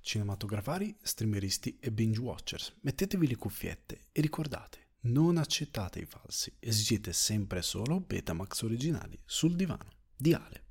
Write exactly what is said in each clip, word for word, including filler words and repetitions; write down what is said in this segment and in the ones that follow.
cinematografari, streameristi e binge watchers, mettetevi le cuffiette e ricordate, non accettate i falsi, esigete sempre solo Betamax originali sul divano di Ale.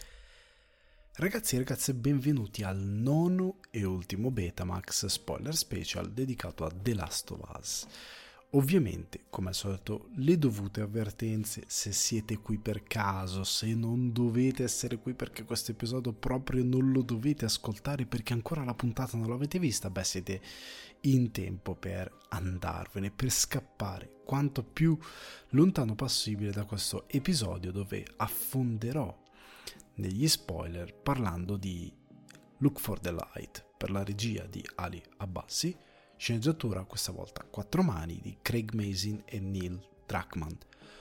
Ragazzi e ragazze, benvenuti al nono e ultimo Betamax spoiler special dedicato a The Last of Us. Ovviamente, come al solito, le dovute avvertenze, se siete qui per caso, se non dovete essere qui perché questo episodio proprio non lo dovete ascoltare perché ancora la puntata non l'avete vista, beh, siete in tempo per andarvene, per scappare quanto più lontano possibile da questo episodio dove affonderò negli spoiler parlando di Look for the Light per la regia di Ali Abbasi, sceneggiatura questa volta a quattro mani di Craig Mazin e Neil Druckmann.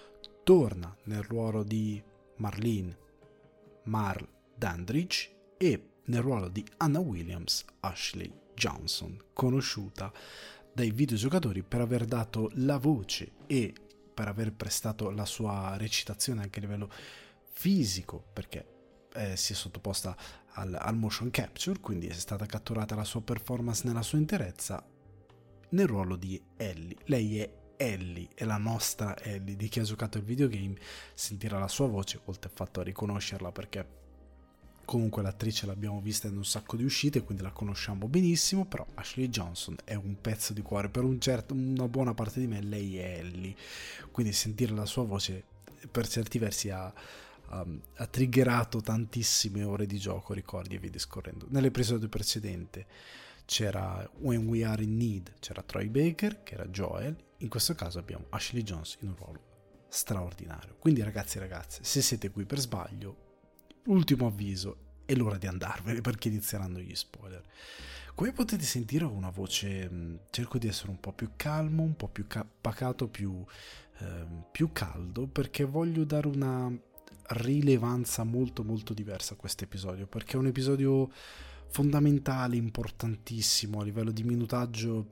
Torna nel ruolo di Marlene Marl Dandridge e nel ruolo di Anna Williams Ashley Johnson, conosciuta dai videogiocatori per aver dato la voce e per aver prestato la sua recitazione anche a livello fisico, perché eh, si è sottoposta al, al motion capture, quindi è stata catturata la sua performance nella sua interezza nel ruolo di Ellie. Lei è Ellie, è la nostra Ellie. Di chi ha giocato il videogame sentirà la sua voce, oltre al fatto a riconoscerla perché comunque l'attrice l'abbiamo vista in un sacco di uscite, quindi la conosciamo benissimo. Però Ashley Johnson è un pezzo di cuore, per un certo, una buona parte di me lei è Ellie, quindi sentire la sua voce per certi versi ha, ha, ha triggerato tantissime ore di gioco, ricordi e via discorrendo. Nell'episodio precedente c'era When We Are in Need, c'era Troy Baker che era Joel, in questo caso abbiamo Ashley Johnson in un ruolo straordinario. Quindi ragazzi e ragazze, se siete qui per sbaglio, ultimo avviso, è l'ora di andarvene perché inizieranno gli spoiler. Come potete sentire ho una voce, cerco di essere un po' più calmo, un po' più ca- pacato, più, eh, più caldo, perché voglio dare una rilevanza molto molto diversa a questo episodio, perché è un episodio fondamentale, importantissimo a livello di minutaggio,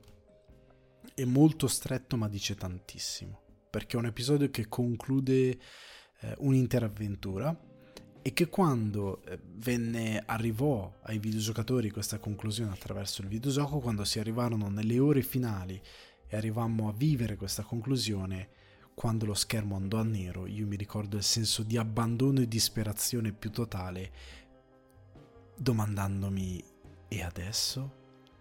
è molto stretto ma dice tantissimo, perché è un episodio che conclude eh, un'intera avventura e che quando eh, venne arrivò ai videogiocatori questa conclusione attraverso il videogioco, quando si arrivarono nelle ore finali e arrivammo a vivere questa conclusione, quando lo schermo andò a nero, io mi ricordo il senso di abbandono e disperazione più totale, domandandomi: e adesso?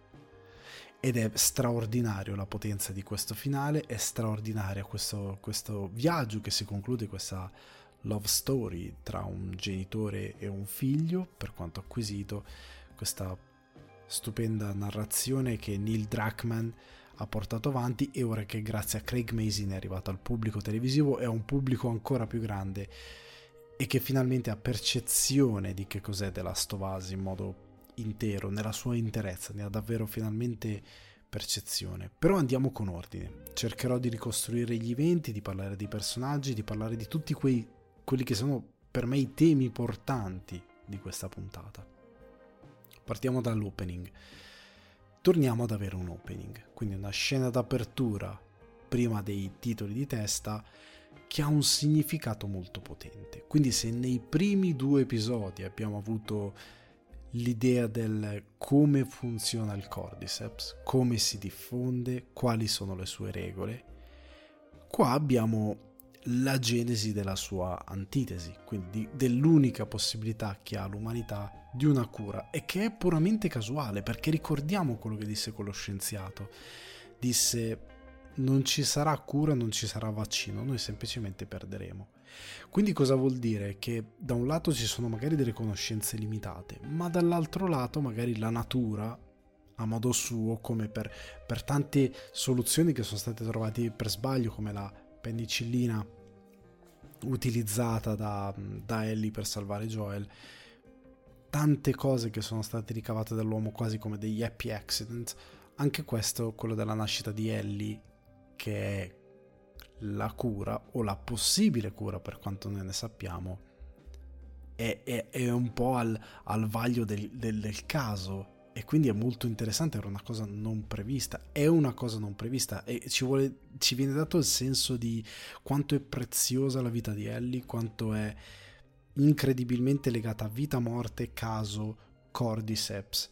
Ed è straordinario la potenza di questo finale, è straordinario questo, questo viaggio che si conclude, questa love story tra un genitore e un figlio, per quanto acquisito, questa stupenda narrazione che Neil Druckmann ha portato avanti e ora che grazie a Craig Mazin è arrivato al pubblico televisivo e a un pubblico ancora più grande e che finalmente ha percezione di che cos'è The Last of Us in modo intero, nella sua interezza, ne ha davvero finalmente percezione. Però andiamo con ordine, cercherò di ricostruire gli eventi, di parlare dei personaggi, di parlare di tutti quei quelli che sono per me i temi portanti di questa puntata. Partiamo dall'opening. Torniamo ad avere un opening, quindi una scena d'apertura prima dei titoli di testa che ha un significato molto potente. Quindi se nei primi due episodi abbiamo avuto l'idea del come funziona il Cordyceps, come si diffonde, quali sono le sue regole, qua abbiamo la genesi della sua antitesi, quindi dell'unica possibilità che ha l'umanità di una cura, e che è puramente casuale, perché ricordiamo quello che disse quello scienziato. Disse: non ci sarà cura, non ci sarà vaccino, noi semplicemente perderemo. Quindi cosa vuol dire? Che da un lato ci sono magari delle conoscenze limitate, ma dall'altro lato magari la natura a modo suo, come per, per tante soluzioni che sono state trovate per sbaglio, come la penicillina utilizzata da, da Ellie per salvare Joel, tante cose che sono state ricavate dall'uomo quasi come degli happy accident. Anche questo, quello della nascita di Ellie, che è la cura o la possibile cura per quanto noi ne sappiamo, è, è, è un po' al, al vaglio del, del, del caso, e quindi è molto interessante. Era una cosa non prevista, è una cosa non prevista, e ci, vuole, ci viene dato il senso di quanto è preziosa la vita di Ellie, quanto è incredibilmente legata a vita, morte, caso, Cordyceps.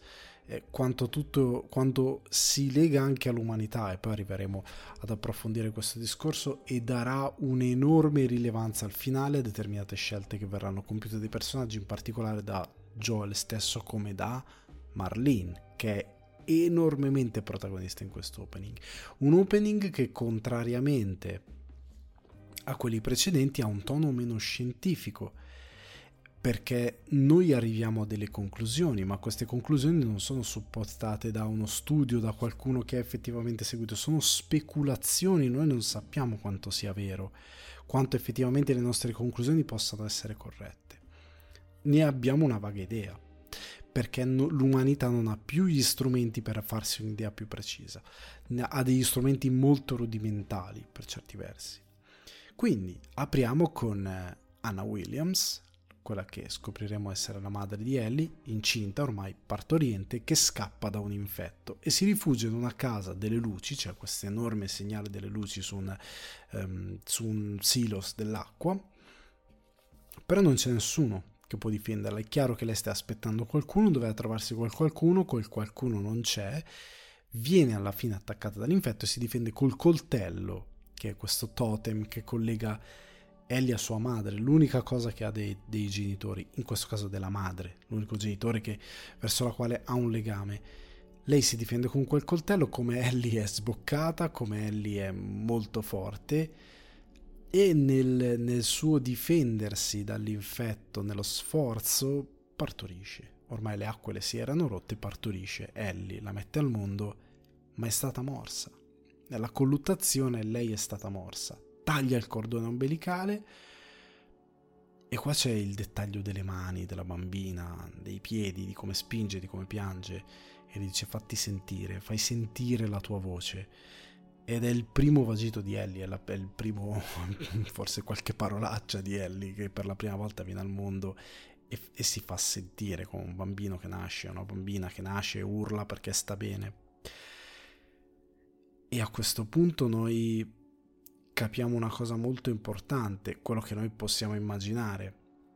eh, quanto tutto, quanto si lega anche all'umanità, e poi arriveremo ad approfondire questo discorso, e darà un'enorme rilevanza al finale a determinate scelte che verranno compiute dai personaggi, in particolare da Joel stesso come da Marlene, che è enormemente protagonista in questo opening. Un opening che, contrariamente a quelli precedenti, ha un tono meno scientifico, perché noi arriviamo a delle conclusioni, ma queste conclusioni non sono supportate da uno studio, da qualcuno che ha effettivamente seguito, sono speculazioni. Noi non sappiamo quanto sia vero, quanto effettivamente le nostre conclusioni possano essere corrette. Ne abbiamo una vaga idea, perché l'umanità non ha più gli strumenti per farsi un'idea più precisa, ha degli strumenti molto rudimentali per certi versi. Quindi apriamo con Anna Williams, quella che scopriremo essere la madre di Ellie, incinta, ormai partoriente, che scappa da un infetto e si rifugia in una casa delle luci. C'è questo enorme segnale delle luci su un, um, su un silos dell'acqua, però non c'è nessuno che può difenderla. È chiaro che lei sta aspettando qualcuno, doveva trovarsi quel qualcuno, quel qualcuno non c'è, viene alla fine attaccata dall'infetto e si difende col coltello, che è questo totem che collega Ellie a sua madre, l'unica cosa che ha dei, dei genitori, in questo caso della madre, l'unico genitore che, verso la quale ha un legame. Lei si difende con quel coltello, come Ellie è sboccata, come Ellie è molto forte, e nel, nel suo difendersi dall'infetto, nello sforzo, partorisce. Ormai le acque le si erano rotte, partorisce. Ellie la mette al mondo, ma è stata morsa. Nella colluttazione lei è stata morsa. Taglia il cordone ombelicale, e qua c'è il dettaglio delle mani della bambina, dei piedi, di come spinge, di come piange, e gli dice: fatti sentire, fai sentire la tua voce. Ed è il primo vagito di Ellie, è, la, è il primo, forse qualche parolaccia di Ellie, che per la prima volta viene al mondo e, e si fa sentire come un bambino che nasce, una bambina che nasce e urla perché sta bene. E a questo punto noi capiamo una cosa molto importante, quello che noi possiamo immaginare,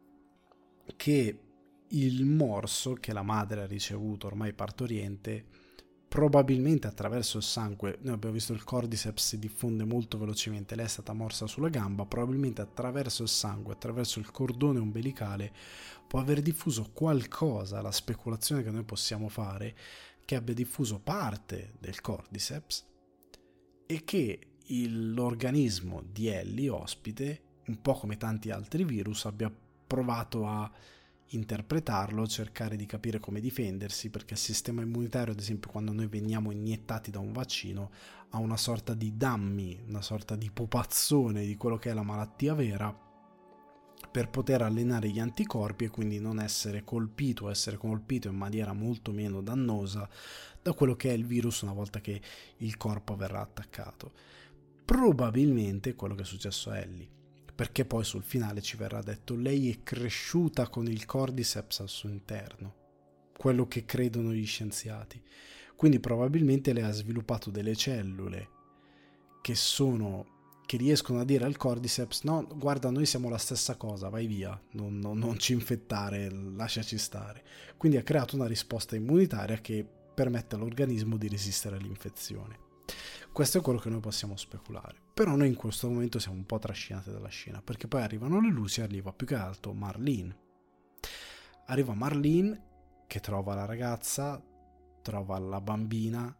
che il morso che la madre ha ricevuto ormai partoriente, probabilmente attraverso il sangue, noi abbiamo visto il cordyceps si diffonde molto velocemente, lei è stata morsa sulla gamba, probabilmente attraverso il sangue, attraverso il cordone ombelicale può aver diffuso qualcosa. La speculazione che noi possiamo fare che abbia diffuso parte del cordyceps e che il, l'organismo di Ellie ospite, un po' come tanti altri virus, abbia provato a interpretarlo, cercare di capire come difendersi, perché il sistema immunitario, ad esempio, quando noi veniamo iniettati da un vaccino, ha una sorta di dummy, una sorta di pupazzone di quello che è la malattia vera, per poter allenare gli anticorpi e quindi non essere colpito, essere colpito in maniera molto meno dannosa da quello che è il virus una volta che il corpo verrà attaccato. Probabilmente quello che è successo a Ellie, perché poi sul finale ci verrà detto lei è cresciuta con il cordyceps al suo interno, quello che credono gli scienziati. Quindi probabilmente lei ha sviluppato delle cellule che sono che riescono a dire al cordyceps: no, guarda, noi siamo la stessa cosa, vai via, non, non, non ci infettare, lasciaci stare. Quindi ha creato una risposta immunitaria che permette all'organismo di resistere all'infezione. Questo è quello che noi possiamo speculare, però noi in questo momento siamo un po' trascinati dalla scena, perché poi arrivano le luci e arriva più che altro Marlene. Arriva Marlene che trova la ragazza, trova la bambina.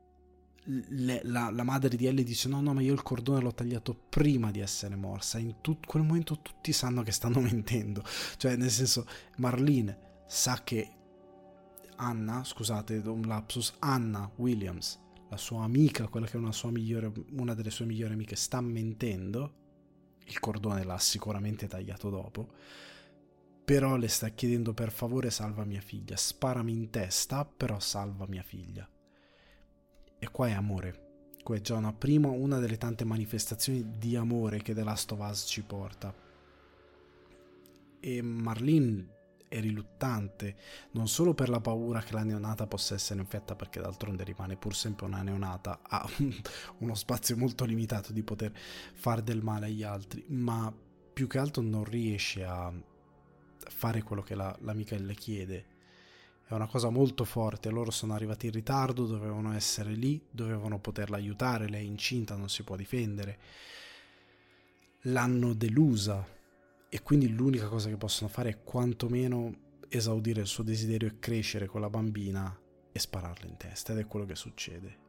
Le, la, la madre di Ellie dice: no no ma io il cordone l'ho tagliato prima di essere morsa. In tut, quel momento tutti sanno che stanno mentendo, cioè nel senso, Marlene sa che Anna, scusate un lapsus, Anna Williams, la sua amica, quella che è una, sua migliore, una delle sue migliori amiche, sta mentendo. Il cordone l'ha sicuramente tagliato dopo, però le sta chiedendo: per favore salva mia figlia, sparami in testa, però salva mia figlia. E qua è amore, qua è già una prima, una delle tante manifestazioni di amore che The Last of Us ci porta. E Marlene è riluttante, non solo per la paura che la neonata possa essere infetta, perché d'altronde rimane pur sempre una neonata, ha uno spazio molto limitato di poter fare del male agli altri, ma più che altro non riesce a fare quello che la, l'amica le chiede. è una cosa molto forte. Loro sono arrivati in ritardo, dovevano essere lì, dovevano poterla aiutare, lei è incinta, non si può difendere, l'hanno delusa e quindi l'unica cosa che possono fare è quantomeno esaudire il suo desiderio e crescere con la bambina e spararle in testa, ed è quello che succede.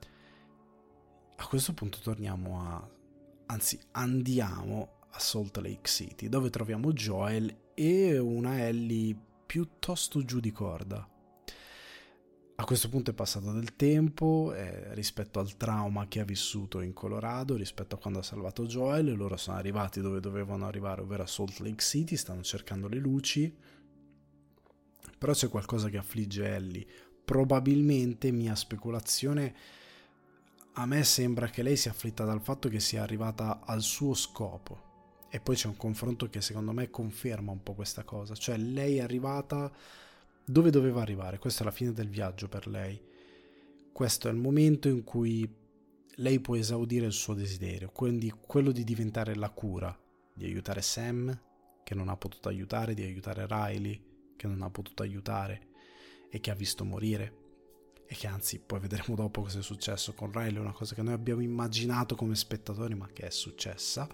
A questo punto torniamo a, anzi andiamo a Salt Lake City, dove troviamo Joel e una Ellie piuttosto giù di corda. A questo punto è passato del tempo eh, rispetto al trauma che ha vissuto in Colorado, rispetto a quando ha salvato Joel. Loro sono arrivati dove dovevano arrivare, ovvero a Salt Lake City, stanno cercando le luci, però c'è qualcosa che affligge Ellie. Probabilmente, mia speculazione, a me sembra che lei sia afflitta dal fatto che sia arrivata al suo scopo, e poi c'è un confronto che secondo me conferma un po' questa cosa, cioè lei è arrivata dove doveva arrivare, questa è la fine del viaggio per lei, questo è il momento in cui lei può esaudire il suo desiderio, quindi quello di diventare la cura, di aiutare Sam che non ha potuto aiutare, di aiutare Riley che non ha potuto aiutare e che ha visto morire, e che anzi poi vedremo dopo cosa è successo con Riley, una cosa che noi abbiamo immaginato come spettatori ma che è successa.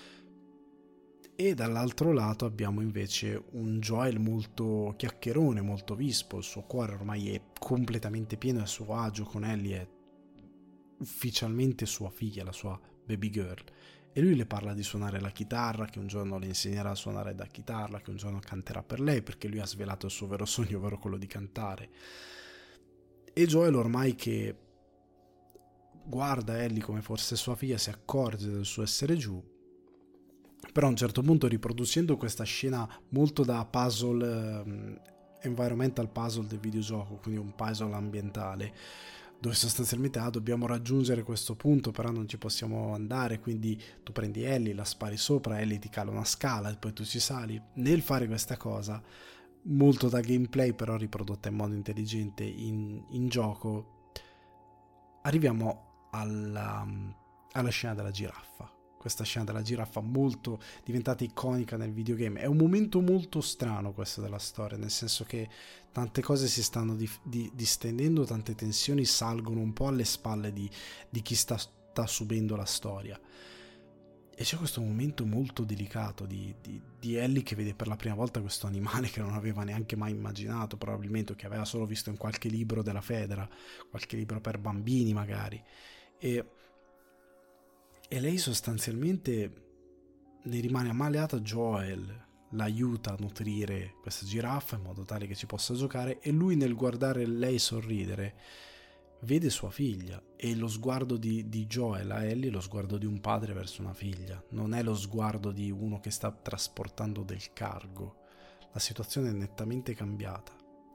E dall'altro lato abbiamo invece un Joel molto chiacchierone, molto vispo, il suo cuore ormai è completamente pieno, a suo agio con Ellie, è ufficialmente sua figlia, la sua baby girl, e lui le parla di suonare la chitarra, che un giorno le insegnerà a suonare da chitarra, che un giorno canterà per lei, perché lui ha svelato il suo vero sogno, ovvero quello di cantare. E Joel, ormai che guarda Ellie come fosse sua figlia, si accorge del suo essere giù, però a un certo punto, riproducendo questa scena molto da puzzle, um, environmental puzzle del videogioco, quindi un puzzle ambientale, dove sostanzialmente ah, dobbiamo raggiungere questo punto però non ci possiamo andare, quindi tu prendi Ellie, la spari sopra, Ellie ti cala una scala e poi tu ci sali. Nel fare questa cosa, molto da gameplay però riprodotta in modo intelligente in, in gioco, arriviamo alla, alla scena della giraffa. Questa scena della giraffa molto diventata iconica nel videogame. È un momento molto strano questo della storia, nel senso che tante cose si stanno di, di, distendendo, tante tensioni salgono un po' alle spalle di, di chi sta, sta subendo la storia, e c'è questo momento molto delicato di, di, di Ellie che vede per la prima volta questo animale che non aveva neanche mai immaginato, probabilmente, che aveva solo visto in qualche libro della Federa, qualche libro per bambini magari, e E lei sostanzialmente ne rimane ammaliata. Joel l'aiuta a nutrire questa giraffa in modo tale che ci possa giocare, e lui, nel guardare lei sorridere, vede sua figlia, e lo sguardo di, di Joel a Ellie è lo sguardo di un padre verso una figlia, non è lo sguardo di uno che sta trasportando del cargo. La situazione è nettamente cambiata.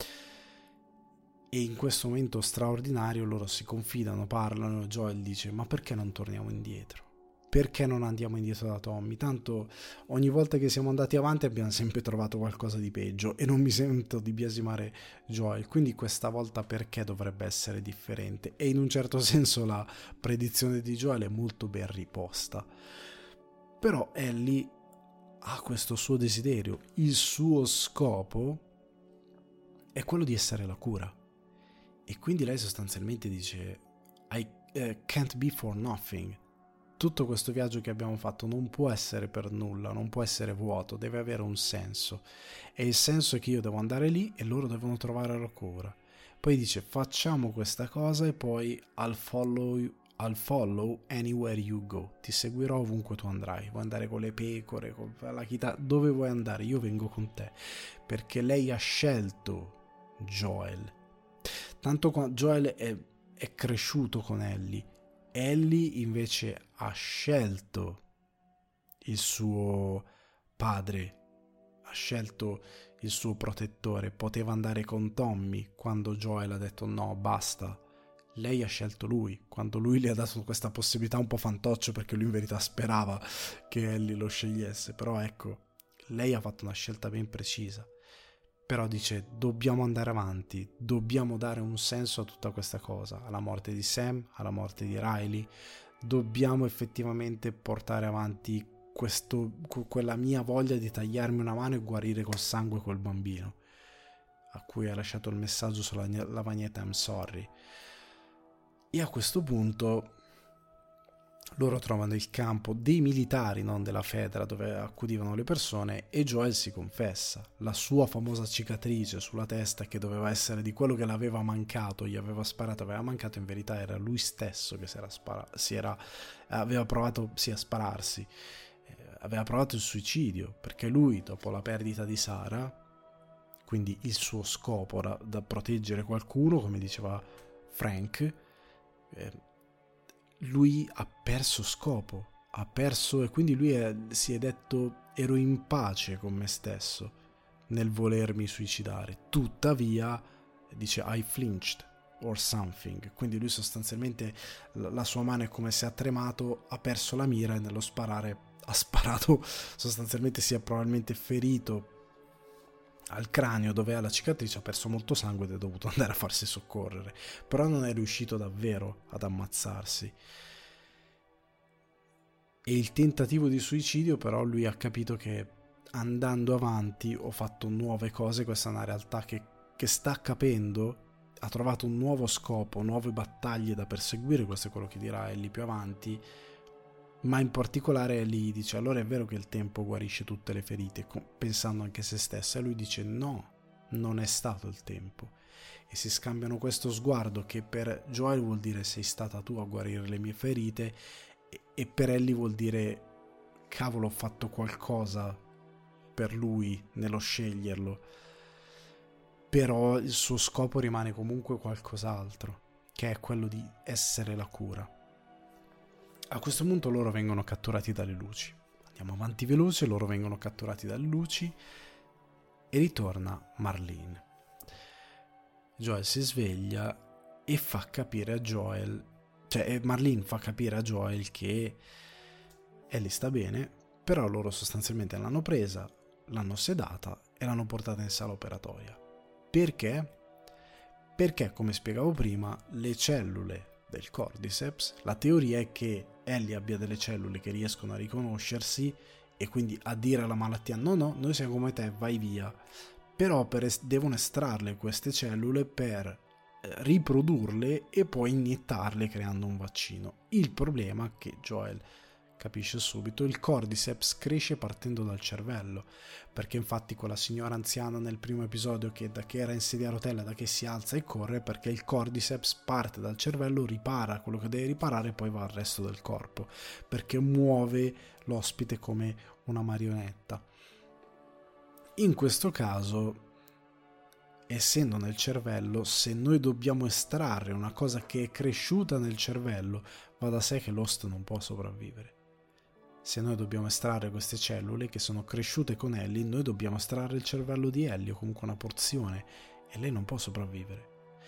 E in questo momento straordinario loro si confidano, parlano, Joel dice: ma perché non torniamo indietro? Perché non andiamo indietro da Tommy? Tanto ogni volta che siamo andati avanti abbiamo sempre trovato qualcosa di peggio, e non mi sento di biasimare Joel, quindi questa volta perché dovrebbe essere differente? E in un certo senso la predizione di Joel è molto ben riposta. Però Ellie ha questo suo desiderio, il suo scopo è quello di essere la cura. E quindi lei sostanzialmente dice: I uh, can't be for nothing. Tutto questo viaggio che abbiamo fatto non può essere per nulla, non può essere vuoto, deve avere un senso. E il senso è che io devo andare lì e loro devono trovare la cura. Poi dice: facciamo questa cosa e poi I'll follow, I'll follow anywhere you go. Ti seguirò ovunque tu andrai. Vuoi andare con le pecore, con la chitarra, dove vuoi andare? Io vengo con te. Perché lei ha scelto Joel. Tanto quando Joel è, è cresciuto con Ellie, Ellie invece ha scelto il suo padre, ha scelto il suo protettore. Poteva andare con Tommy quando Joel ha detto no, basta. Lei ha scelto lui, quando lui le ha dato questa possibilità un po' fantoccio, perché lui in verità sperava che Ellie lo scegliesse. Però ecco, lei ha fatto una scelta ben precisa. Però dice: dobbiamo andare avanti, dobbiamo dare un senso a tutta questa cosa, alla morte di Sam, alla morte di Riley. Dobbiamo effettivamente portare avanti questo, quella mia voglia di tagliarmi una mano e guarire col sangue quel bambino. a cui ha lasciato il messaggio sulla lavagnetta I'm sorry. E a questo punto loro trovano il campo dei militari, non della Fedra, dove accudivano le persone, e Joel si confessa. La sua famosa cicatrice sulla testa, che doveva essere di quello che l'aveva mancato, gli aveva sparato, aveva mancato, in verità era lui stesso che si era sparato, si era, aveva provato sì, a spararsi, eh, aveva provato il suicidio, perché lui, dopo la perdita di Sara, quindi il suo scopo era da proteggere qualcuno, come diceva Frank, eh, lui ha perso scopo, ha perso, e quindi lui è, si è detto ero in pace con me stesso nel volermi suicidare. Tuttavia dice I flinched or something, quindi lui sostanzialmente la sua mano è come se ha tremato, ha perso la mira e nello sparare ha sparato, sostanzialmente si è probabilmente ferito al cranio dove ha la cicatrice, ha perso molto sangue ed è dovuto andare a farsi soccorrere, però non è riuscito davvero ad ammazzarsi. E il tentativo di suicidio, però, lui ha capito che andando avanti ho fatto nuove cose, questa è una realtà che, che sta capendo, ha trovato un nuovo scopo, nuove battaglie da perseguire, questo è quello che dirà Ellie più avanti, ma in particolare Ellie dice allora è vero che il tempo guarisce tutte le ferite, pensando anche a se stessa, e lui dice no, non è stato il tempo, e si scambiano questo sguardo che per Joel vuol dire sei stata tu a guarire le mie ferite, e per Ellie vuol dire cavolo, ho fatto qualcosa per lui nello sceglierlo, però il suo scopo rimane comunque qualcos'altro, che è quello di essere la cura. A questo punto loro vengono catturati dalle luci. Andiamo avanti veloce, loro vengono catturati dalle luci e ritorna Marlene. Joel si sveglia e fa capire a Joel, cioè Marlene fa capire a Joel che Ellie sta bene, però loro sostanzialmente l'hanno presa, l'hanno sedata e l'hanno portata in sala operatoria. Perché? Perché, come spiegavo prima, le cellule del Cordyceps, la teoria è che Ellie abbia delle cellule che riescono a riconoscersi e quindi a dire alla malattia no no, noi siamo come te, vai via, però per es- devono estrarle queste cellule per eh, riprodurle e poi iniettarle creando un vaccino. Il problema è che Joel capisce subito, il Cordyceps cresce partendo dal cervello, perché infatti quella signora anziana nel primo episodio che da che era in sedia a rotella, da che si alza e corre, perché il Cordyceps parte dal cervello, ripara quello che deve riparare e poi va al resto del corpo, perché muove l'ospite come una marionetta. In questo caso, essendo nel cervello, se noi dobbiamo estrarre una cosa che è cresciuta nel cervello, va da sé che l'host non può sopravvivere. Se noi dobbiamo estrarre queste cellule che sono cresciute con Ellie, noi dobbiamo estrarre il cervello di Ellie o comunque una porzione, e lei non può sopravvivere.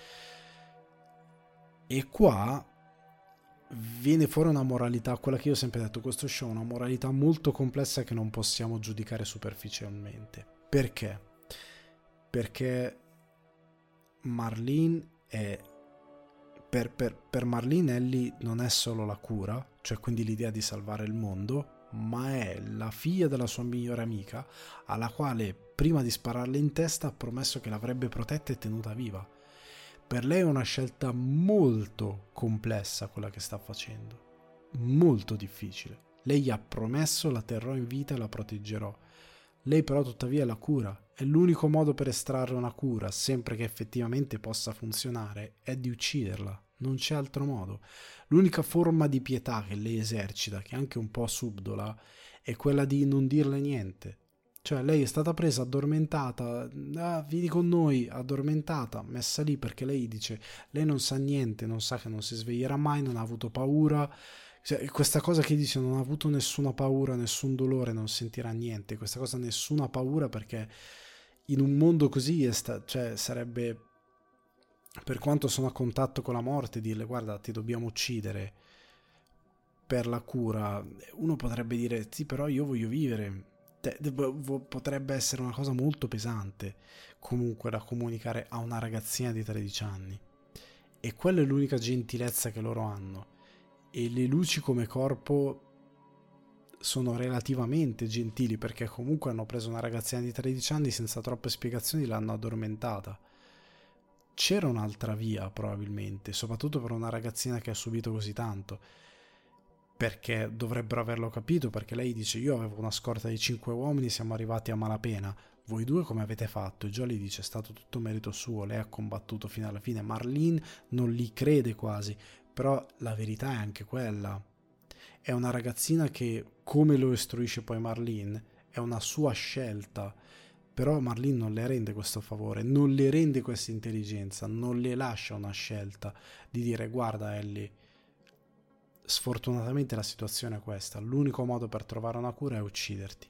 E qua viene fuori una moralità, quella che io ho sempre detto, questo show è una moralità molto complessa che non possiamo giudicare superficialmente. Perché? Perché Marlene è Per, per, per Marlene Ellie non è solo la cura, cioè quindi l'idea di salvare il mondo, ma è la figlia della sua migliore amica, alla quale prima di spararle in testa ha promesso che l'avrebbe protetta e tenuta viva. Per lei è una scelta molto complessa quella che sta facendo, molto difficile. Lei gli ha promesso la terrò in vita e la proteggerò. Lei però tuttavia la cura. È l'unico modo per estrarre una cura, sempre che effettivamente possa funzionare, è di ucciderla. Non c'è altro modo. L'unica forma di pietà che lei esercita, che è anche un po' subdola, è quella di non dirle niente. Cioè lei è stata presa addormentata, ah, vieni con noi, addormentata, messa lì perché lei dice, lei non sa niente, non sa che non si sveglierà mai, non ha avuto paura. Cioè, questa cosa che dice non ha avuto nessuna paura, nessun dolore, non sentirà niente, questa cosa nessuna paura, perché in un mondo così è sta- cioè, sarebbe, per quanto sono a contatto con la morte, dirle guarda ti dobbiamo uccidere per la cura, uno potrebbe dire sì però io voglio vivere, potrebbe essere una cosa molto pesante comunque da comunicare a una ragazzina di tredici anni, e quella è l'unica gentilezza che loro hanno. E le luci come corpo sono relativamente gentili, perché comunque hanno preso una ragazzina di tredici anni senza troppe spiegazioni, l'hanno addormentata. C'era un'altra via probabilmente, soprattutto per una ragazzina che ha subito così tanto, perché dovrebbero averlo capito, perché lei dice io avevo una scorta di cinque uomini, siamo arrivati a malapena, voi due come avete fatto? E Joel dice è stato tutto merito suo, lei ha combattuto fino alla fine. Marlene non li crede quasi, però la verità è anche quella, è una ragazzina che, come lo istruisce poi Marlene, è una sua scelta, però Marlene non le rende questo favore, non le rende questa intelligenza, non le lascia una scelta di dire guarda Ellie, sfortunatamente la situazione è questa, l'unico modo per trovare una cura è ucciderti.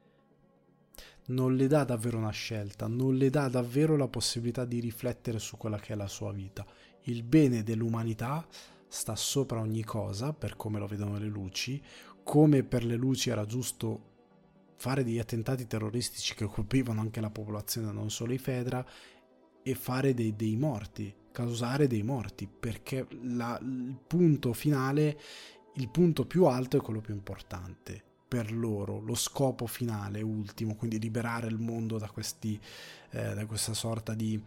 Non le dà davvero una scelta, non le dà davvero la possibilità di riflettere su quella che è la sua vita. Il bene dell'umanità sta sopra ogni cosa, per come lo vedono le luci, come per le luci era giusto fare degli attentati terroristici che colpivano anche la popolazione, non solo i Fedra, e fare dei, dei morti, causare dei morti, perché la, il punto finale, il punto più alto è quello più importante per loro, lo scopo finale ultimo, quindi liberare il mondo da questi eh, da questa sorta di,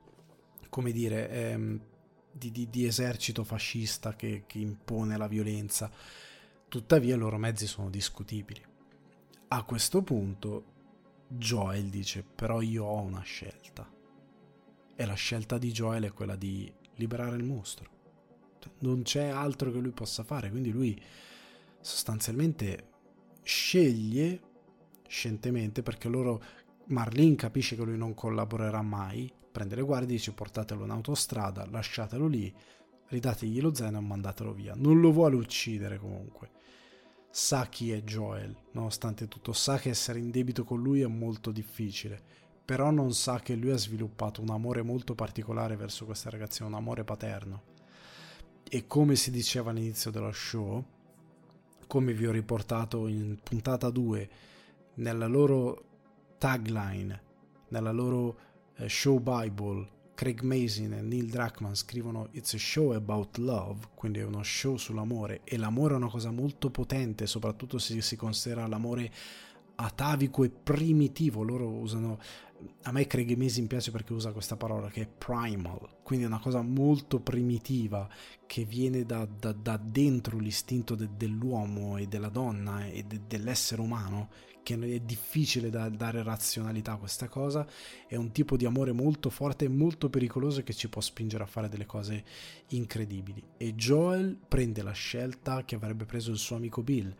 come dire, ehm, di, di, di esercito fascista che, che impone la violenza. Tuttavia i loro mezzi sono discutibili. A questo punto Joel dice però io ho una scelta, e la scelta di Joel è quella di liberare il mostro, non c'è altro che lui possa fare, quindi lui sostanzialmente sceglie scientemente, perché loro, Marlene capisce che lui non collaborerà mai, prende le guardie e dice portatelo in autostrada, lasciatelo lì, ridategli lo zaino e mandatelo via. Non lo vuole uccidere comunque, sa chi è Joel, nonostante tutto, sa che essere in debito con lui è molto difficile, però non sa che lui ha sviluppato un amore molto particolare verso questa ragazzina, un amore paterno. E come si diceva all'inizio dello show, come vi ho riportato in puntata due, nella loro tagline, nella loro eh, show Bible, Craig Mazin e Neil Druckmann scrivono It's a show about love, quindi è uno show sull'amore, e l'amore è una cosa molto potente, soprattutto se si considera l'amore atavico e primitivo. Loro usano, a me Craig Mazin piace perché usa questa parola che è primal, quindi è una cosa molto primitiva che viene da, da, da dentro l'istinto de, dell'uomo e della donna e de, dell'essere umano, che è difficile da dare razionalità a questa cosa. È un tipo di amore molto forte e molto pericoloso che ci può spingere a fare delle cose incredibili, e Joel prende la scelta che avrebbe preso il suo amico Bill,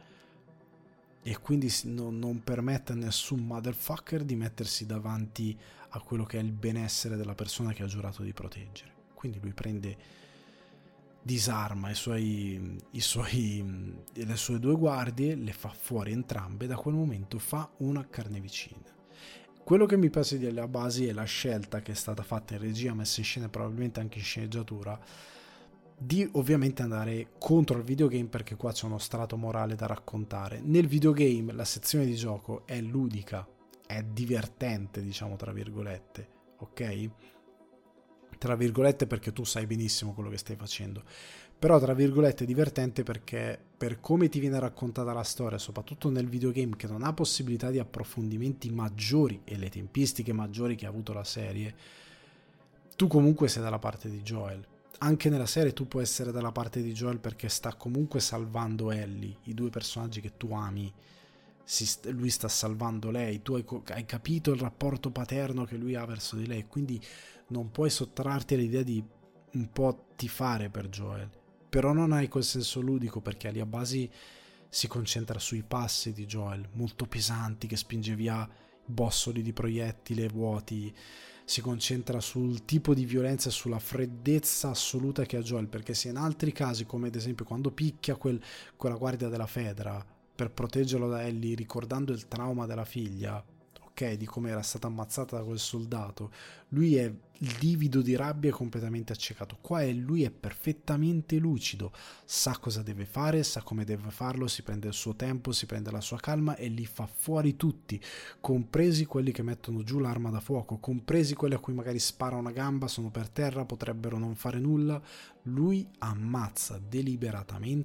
e quindi non, non permette a nessun motherfucker di mettersi davanti a quello che è il benessere della persona che ha giurato di proteggere. Quindi lui prende, disarma i suoi, i suoi, le sue due guardie, le fa fuori entrambe, da quel momento fa una carneficina. Quello che mi piace della base è la scelta che è stata fatta in regia, messa in scena e probabilmente anche in sceneggiatura, di ovviamente andare contro il videogame, perché qua c'è uno strato morale da raccontare. Nel videogame la sezione di gioco è ludica, è divertente, diciamo tra virgolette, ok? Tra virgolette perché tu sai benissimo quello che stai facendo, però tra virgolette divertente perché per come ti viene raccontata la storia, soprattutto nel videogame che non ha possibilità di approfondimenti maggiori e le tempistiche maggiori che ha avuto la serie, tu comunque sei dalla parte di Joel. Anche nella serie tu puoi essere dalla parte di Joel perché sta comunque salvando Ellie, i due personaggi che tu ami, si st- lui sta salvando lei, tu hai, co- hai capito il rapporto paterno che lui ha verso di lei, quindi non puoi sottrarti all'idea di un po' tifare per Joel, però non hai quel senso ludico perché Ali Abbasi si concentra sui passi di Joel, molto pesanti, che spinge via bossoli di proiettile vuoti, si concentra sul tipo di violenza e sulla freddezza assoluta che ha Joel, perché se in altri casi, come ad esempio quando picchia quel, quella guardia della Fedra per proteggerlo da Ellie, ricordando il trauma della figlia, ok, di come era stata ammazzata da quel soldato, lui è livido di rabbia e completamente accecato. Qua è, lui è perfettamente lucido, sa cosa deve fare, sa come deve farlo, si prende il suo tempo, si prende la sua calma e li fa fuori tutti, compresi quelli che mettono giù l'arma da fuoco, compresi quelli a cui magari spara una gamba, sono per terra, potrebbero non fare nulla. Lui ammazza deliberatamente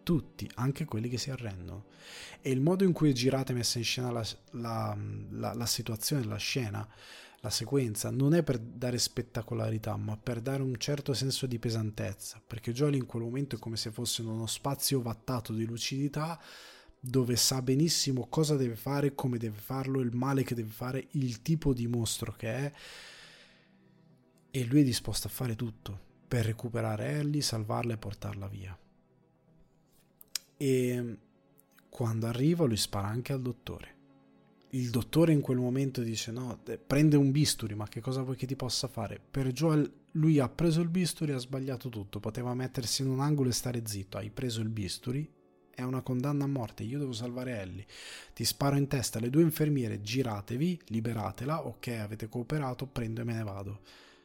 tutti, anche quelli che si arrendono. E il modo in cui è girata e messa in scena la, la, la, la situazione, la scena, la sequenza, non è per dare spettacolarità, ma per dare un certo senso di pesantezza, perché Joel in quel momento è come se fosse in uno spazio ovattato di lucidità, dove sa benissimo cosa deve fare, come deve farlo, il male che deve fare, il tipo di mostro che è, e lui è disposto a fare tutto per recuperare Ellie, salvarla e portarla via. E quando arriva lui spara anche al dottore. Il dottore in quel momento dice no, prende un bisturi, ma che cosa vuoi che ti possa fare? Per Joel, lui ha preso il bisturi e ha sbagliato tutto, poteva mettersi in un angolo e stare zitto. Hai preso il bisturi, è una condanna a morte, io devo salvare Ellie, ti sparo in testa, le due infermiere, giratevi, liberatela, ok, avete cooperato, prendo e me ne vado.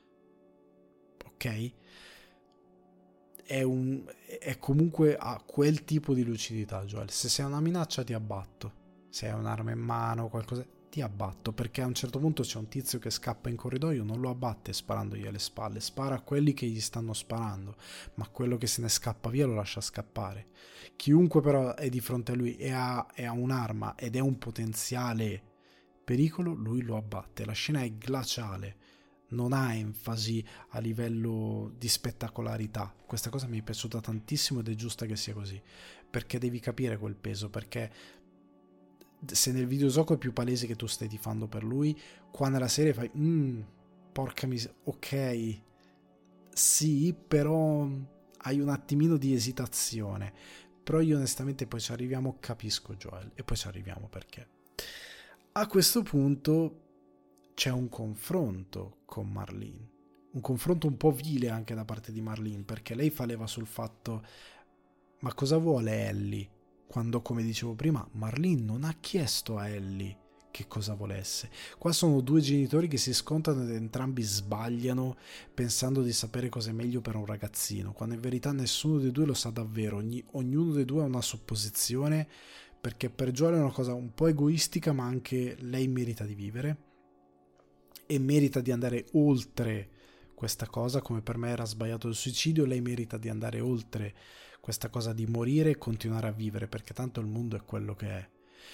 Ok? È, un, è comunque a quel tipo di lucidità, Joel. Se sei una minaccia ti abbatto, se hai un'arma in mano o qualcosa ti abbatto, perché a un certo punto c'è un tizio che scappa in corridoio, non lo abbatte sparandogli alle spalle, spara a quelli che gli stanno sparando, ma quello che se ne scappa via lo lascia scappare. Chiunque però è di fronte a lui e ha, e ha un'arma ed è un potenziale pericolo, lui lo abbatte. La scena è glaciale, non ha enfasi a livello di spettacolarità. Questa cosa mi è piaciuta tantissimo ed è giusta che sia così, perché devi capire quel peso, perché se nel videogioco è più palese che tu stai tifando per lui, qua nella serie fai mmm, porca miseria, ok sì, però hai un attimino di esitazione. Però io onestamente poi ci arriviamo, capisco Joel, e poi ci arriviamo perché a questo punto c'è un confronto con Marlene, un confronto un po' vile anche da parte di Marlene, perché lei fa leva sul fatto ma cosa vuole Ellie, quando, come dicevo prima, Marlene non ha chiesto a Ellie che cosa volesse. Qua sono due genitori che si scontrano ed entrambi sbagliano pensando di sapere cosa è meglio per un ragazzino, quando in verità nessuno dei due lo sa davvero. Ogni, ognuno dei due ha una supposizione, perché per Joel è una cosa un po' egoistica, ma anche lei merita di vivere e merita di andare oltre questa cosa, come per me era sbagliato il suicidio, lei merita di andare oltre questa cosa di morire e continuare a vivere, perché tanto il mondo è quello che è.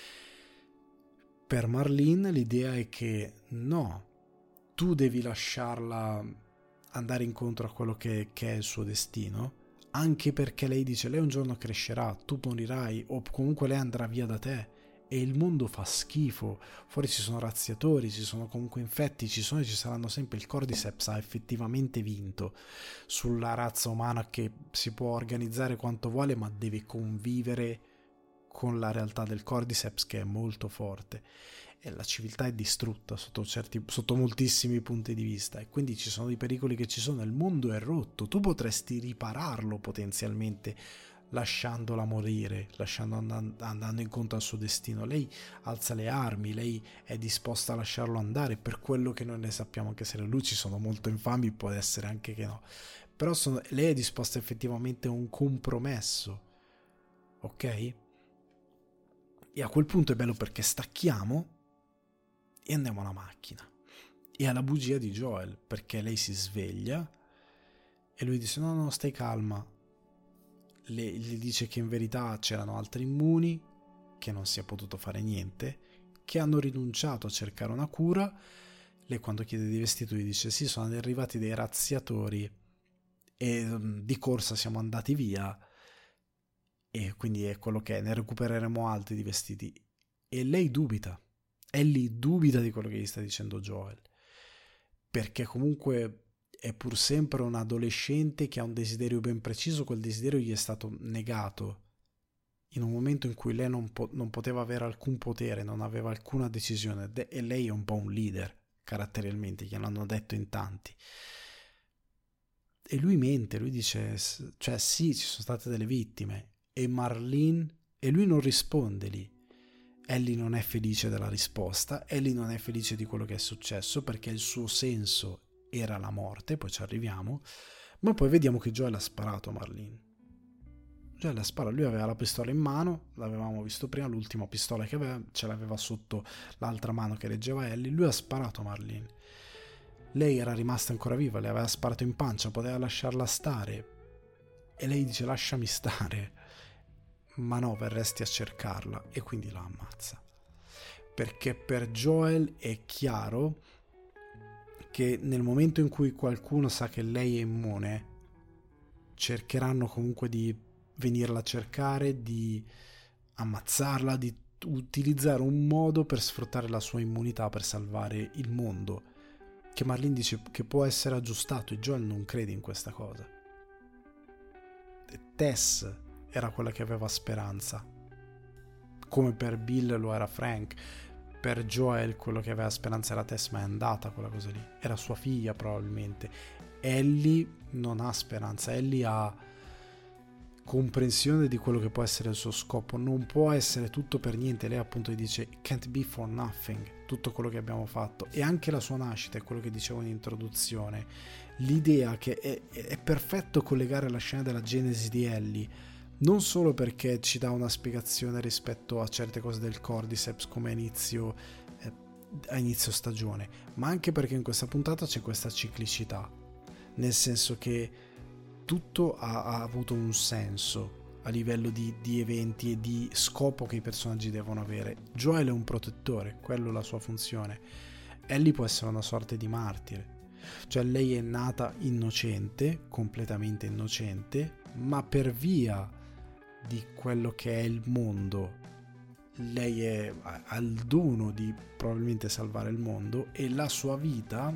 Per Marlene l'idea è che no, tu devi lasciarla andare incontro a quello che, che è il suo destino, anche perché lei dice lei un giorno crescerà, tu morirai o comunque lei andrà via da te e il mondo fa schifo, fuori ci sono razziatori, ci sono comunque infetti, ci sono e ci saranno sempre. Il Cordyceps ha effettivamente vinto sulla razza umana, che si può organizzare quanto vuole ma deve convivere con la realtà del Cordyceps, che è molto forte, e la civiltà è distrutta sotto, certi, sotto moltissimi punti di vista, e quindi ci sono i pericoli che ci sono, il mondo è rotto, tu potresti ripararlo potenzialmente lasciandola morire, lasciando and- andando incontro al suo destino. Lei alza le armi, lei è disposta a lasciarlo andare, per quello che noi ne sappiamo, anche se le luci sono molto infami, può essere anche che no, però sono, lei è disposta effettivamente a un compromesso, ok? E a quel punto è bello perché stacchiamo e andiamo alla macchina e alla bugia di Joel, perché lei si sveglia e lui dice no no stai calma, le, gli dice che in verità c'erano altri immuni, che non si è potuto fare niente, che hanno rinunciato a cercare una cura. Lei quando chiede di vestito gli dice sì, sono arrivati dei razziatori e di corsa siamo andati via, e quindi è quello che è, ne recupereremo altri di vestiti. E lei dubita, Ellie dubita di quello che gli sta dicendo Joel, perché comunque è pur sempre un adolescente che ha un desiderio ben preciso. Quel desiderio gli è stato negato in un momento in cui lei non, po- non poteva avere alcun potere, non aveva alcuna decisione, De- e lei è un po' un leader caratterialmente, gliel'hanno detto in tanti. E lui mente, lui dice cioè sì, ci sono state delle vittime, e Marlene, e lui non risponde lì. Ellie non è felice della risposta, Ellie non è felice di quello che è successo, perché il suo senso era la morte, poi ci arriviamo, ma poi vediamo che Joel ha sparato a Marlene. Joel ha sparato, lui aveva la pistola in mano, l'avevamo visto prima, l'ultima pistola che aveva, ce l'aveva sotto l'altra mano che reggeva Ellie, lui ha sparato a Marlene. Lei era rimasta ancora viva, le aveva sparato in pancia, poteva lasciarla stare, e lei dice lasciami stare. ma no, verresti a cercarla, e quindi la ammazza. Perché per Joel è chiaro che nel momento in cui qualcuno sa che lei è immune, cercheranno comunque di venirla a cercare, di ammazzarla, di utilizzare un modo per sfruttare la sua immunità per salvare il mondo, che Marlene dice che può essere aggiustato, e Joel non crede in questa cosa. E Tess era quella che aveva speranza, come per Bill lo era Frank. Per Joel quello che aveva speranza era Tess, ma è andata quella cosa lì, era sua figlia probabilmente. Ellie non ha speranza, Ellie ha comprensione di quello che può essere il suo scopo, non può essere tutto per niente. Lei appunto dice can't be for nothing, tutto quello che abbiamo fatto, e anche la sua nascita è quello che dicevo in introduzione, l'idea che è, è perfetto collegare la scena della genesi di Ellie, non solo perché ci dà una spiegazione rispetto a certe cose del Cordyceps come a inizio, eh, a inizio stagione, ma anche perché in questa puntata c'è questa ciclicità, nel senso che tutto ha, ha avuto un senso a livello di, di eventi e di scopo che i personaggi devono avere. Joel è un protettore, quello è la sua funzione. Ellie può essere una sorta di martire, cioè lei è nata innocente, completamente innocente, ma per via di quello che è il mondo lei è, ha il dono di probabilmente salvare il mondo, e la sua vita,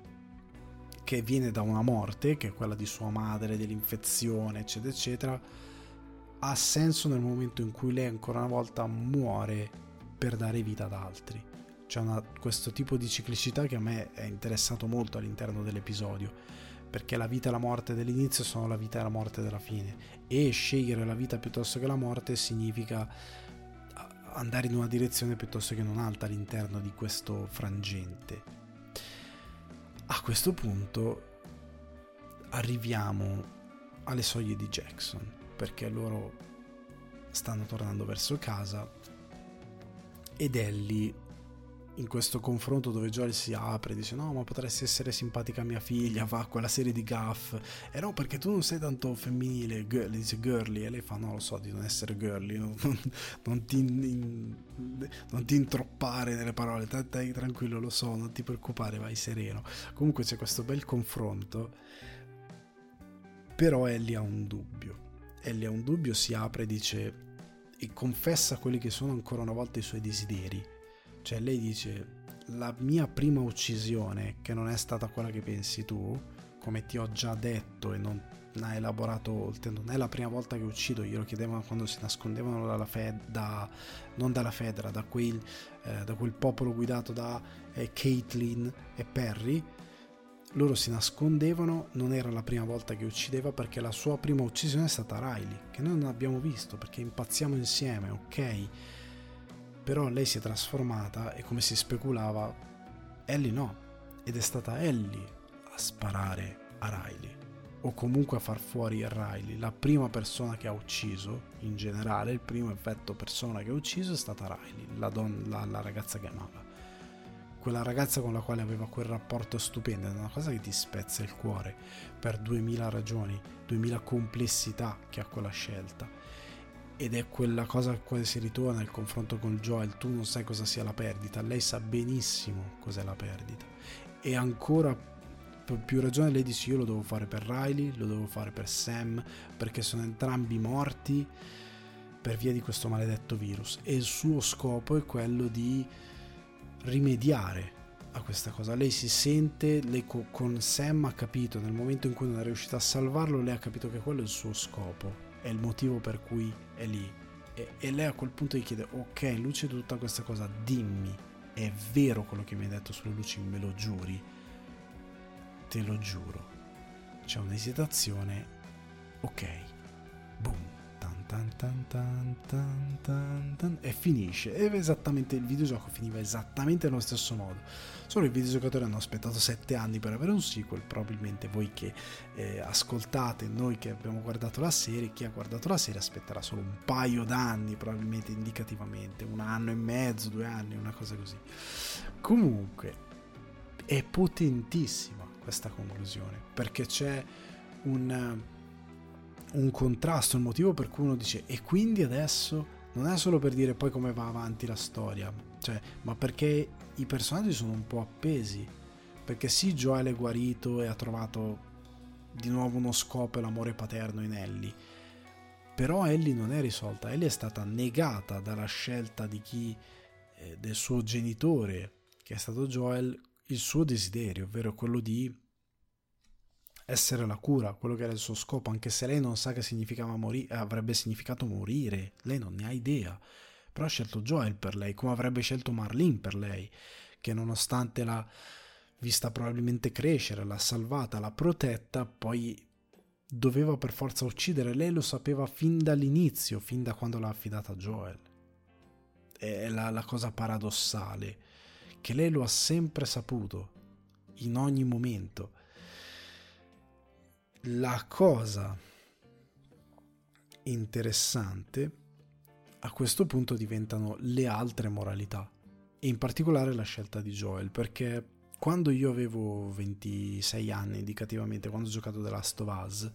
che viene da una morte, che è quella di sua madre, dell'infezione eccetera eccetera, ha senso nel momento in cui lei ancora una volta muore per dare vita ad altri. C'è una, questo tipo di ciclicità che a me è interessato molto all'interno dell'episodio, perché la vita e la morte dell'inizio sono la vita e la morte della fine, e scegliere la vita piuttosto che la morte significa andare in una direzione piuttosto che in un'altra all'interno di questo frangente. A questo punto arriviamo alle soglie di Jackson, perché loro stanno tornando verso casa ed Ellie, in questo confronto dove Joel si apre, dice no, ma potresti essere simpatica a mia figlia, va a quella serie di gaff, e no, perché tu non sei tanto femminile, girl, dice girly, e lei fa no, lo so di non essere girly, non, non, ti, in, non ti introppare nelle parole, stai tranquillo, lo so, non ti preoccupare, vai sereno. Comunque c'è questo bel confronto, però Ellie ha un dubbio, Ellie ha un dubbio, si apre, dice e confessa quelli che sono ancora una volta i suoi desideri. Cioè lei dice la mia prima uccisione, che non è stata quella che pensi tu, come ti ho già detto e non ha elaborato oltre, non è la prima volta che uccido, glielo chiedevano quando si nascondevano dalla Fed, da, non dalla Fedra, da quel, eh, da quel popolo guidato da eh, Caitlin e Perry, loro si nascondevano, non era la prima volta che uccideva, perché la sua prima uccisione è stata Riley, che noi non abbiamo visto perché impazziamo insieme, ok? Però lei si è trasformata e, come si speculava, Ellie no, ed è stata Ellie a sparare a Riley, o comunque a far fuori Riley. La prima persona che ha ucciso, in generale, il primo effetto persona che ha ucciso è stata Riley, la, don- la, la ragazza che amava, quella ragazza con la quale aveva quel rapporto stupendo. È una cosa che ti spezza il cuore per duemila ragioni, duemila complessità che ha quella scelta. Ed è quella cosa a cui si ritorna il confronto con Joel, tu non sai cosa sia la perdita, lei sa benissimo cos'è la perdita, e ancora per più ragione lei dice io lo devo fare per Riley, lo devo fare per Sam, perché sono entrambi morti per via di questo maledetto virus, e il suo scopo è quello di rimediare a questa cosa. Lei si sente, lei con Sam ha capito, nel momento in cui non è riuscita a salvarlo, lei ha capito che quello è il suo scopo, è il motivo per cui è lì, e, e lei a quel punto gli chiede ok, in luce di tutta questa cosa dimmi, è vero quello che mi hai detto sulle luci, me lo giuri? Te lo giuro. C'è un'esitazione, ok, boom, tan tan tan tan tan tan tan, e finisce. E esattamente il videogioco finiva esattamente nello stesso modo, solo i videogiocatori hanno aspettato sette anni per avere un sequel. Probabilmente voi che eh, ascoltate, noi che abbiamo guardato la serie, chi ha guardato la serie aspetterà solo un paio d'anni, probabilmente indicativamente un anno e mezzo, due anni, una cosa così. Comunque è potentissima questa conclusione, perché c'è un un contrasto, il motivo per cui uno dice e quindi adesso non è solo per dire poi come va avanti la storia, cioè, ma perché i personaggi sono un po' appesi, perché sì, Joel è guarito e ha trovato di nuovo uno scopo e l'amore paterno in Ellie, però Ellie non è risolta, Ellie è stata negata dalla scelta di chi, eh, del suo genitore, che è stato Joel, il suo desiderio, ovvero quello di essere la cura, quello che era il suo scopo, anche se lei non sa che significava morire, avrebbe significato morire, lei non ne ha idea, però ha scelto Joel per lei, come avrebbe scelto Marlene per lei, che nonostante l'ha vista probabilmente crescere, l'ha salvata, l'ha protetta, poi doveva per forza uccidere, lei lo sapeva fin dall'inizio, fin da quando l'ha affidata a Joel. È la, la cosa paradossale, che lei lo ha sempre saputo, in ogni momento. La cosa interessante a questo punto diventano le altre moralità, e in particolare la scelta di Joel, perché quando io avevo ventisei anni indicativamente, quando ho giocato The Last of Us,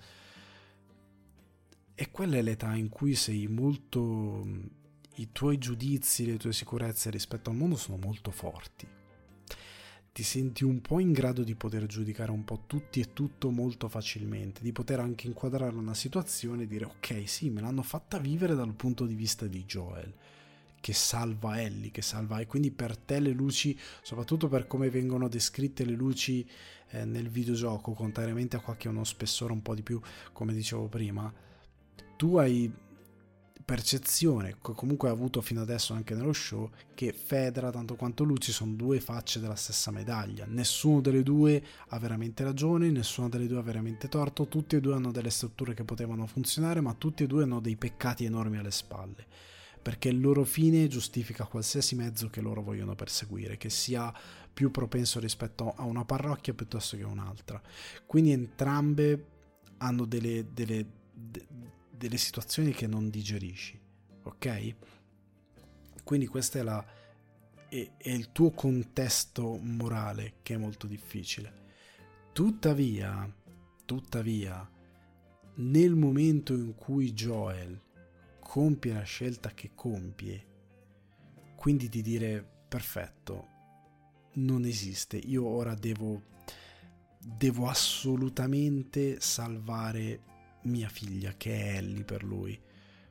e quella è l'età in cui sei molto, i tuoi giudizi, le tue sicurezze rispetto al mondo sono molto forti, ti senti un po' in grado di poter giudicare un po' tutti e tutto molto facilmente, di poter anche inquadrare una situazione e dire ok, sì, me l'hanno fatta vivere dal punto di vista di Joel, che salva Ellie, che salva, e quindi per te le luci, soprattutto per come vengono descritte le luci eh, nel videogioco, contrariamente a qua che ha uno spessore un po' di più, come dicevo prima, tu hai percezione, che comunque hai avuto fino adesso anche nello show, che Fedra tanto quanto Luci sono due facce della stessa medaglia, nessuno delle due ha veramente ragione, nessuno delle due ha veramente torto, tutti e due hanno delle strutture che potevano funzionare, ma tutti e due hanno dei peccati enormi alle spalle, perché il loro fine giustifica qualsiasi mezzo che loro vogliono perseguire, che sia più propenso rispetto a una parrocchia piuttosto che a un'altra. Quindi entrambe hanno delle, delle, de, delle situazioni che non digerisci, ok? Quindi questo è, la, è, è il tuo contesto morale che è molto difficile. Tuttavia, tuttavia, nel momento in cui Joel compie la scelta che compie, quindi di dire perfetto, non esiste, io ora devo devo assolutamente salvare mia figlia, che è Ellie per lui,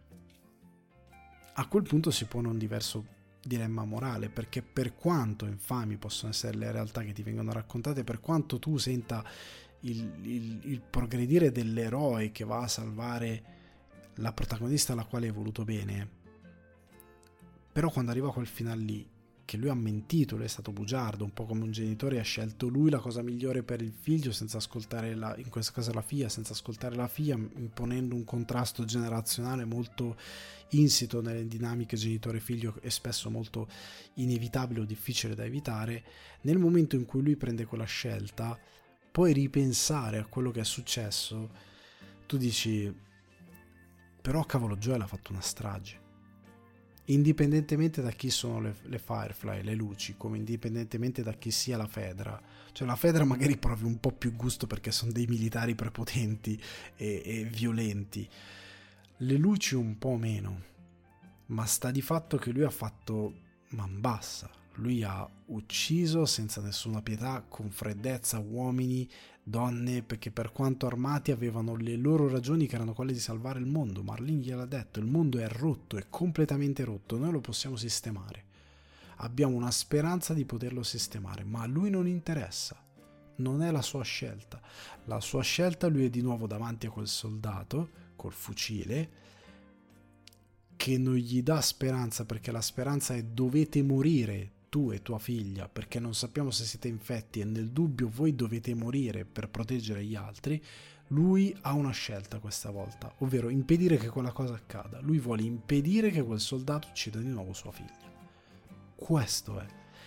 a quel punto si pone un diverso dilemma morale, perché per quanto infami possono essere le realtà che ti vengono raccontate, per quanto tu senta il, il, il progredire dell'eroe che va a salvare la protagonista alla quale hai voluto bene, però quando arriva quel finale lì, che lui ha mentito, lui è stato bugiardo, un po' come un genitore, ha scelto lui la cosa migliore per il figlio senza ascoltare la, in questo caso la figlia, senza ascoltare la figlia, imponendo un contrasto generazionale molto insito nelle dinamiche genitore-figlio e spesso molto inevitabile o difficile da evitare. Nel momento in cui lui prende quella scelta, puoi ripensare a quello che è successo, tu dici però cavolo, Joel ha fatto una strage, indipendentemente da chi sono le, le Firefly, le luci, come indipendentemente da chi sia la Fedra. Cioè la Fedra magari provi un po' più gusto perché sono dei militari prepotenti e, e violenti, le luci un po' meno, ma sta di fatto che lui ha fatto man bassa, lui ha ucciso senza nessuna pietà, con freddezza, uomini, donne, perché per quanto armati avevano le loro ragioni che erano quelle di salvare il mondo. Marlene gliel'ha detto, il mondo è rotto, è completamente rotto, noi lo possiamo sistemare, abbiamo una speranza di poterlo sistemare, ma a lui non interessa, non è la sua scelta, la sua scelta, lui è di nuovo davanti a quel soldato col fucile che non gli dà speranza, perché la speranza è dovete morire tu e tua figlia perché non sappiamo se siete infetti e nel dubbio voi dovete morire per proteggere gli altri. Lui ha una scelta questa volta, ovvero impedire che quella cosa accada. Lui vuole impedire che quel soldato uccida di nuovo sua figlia. Questo è.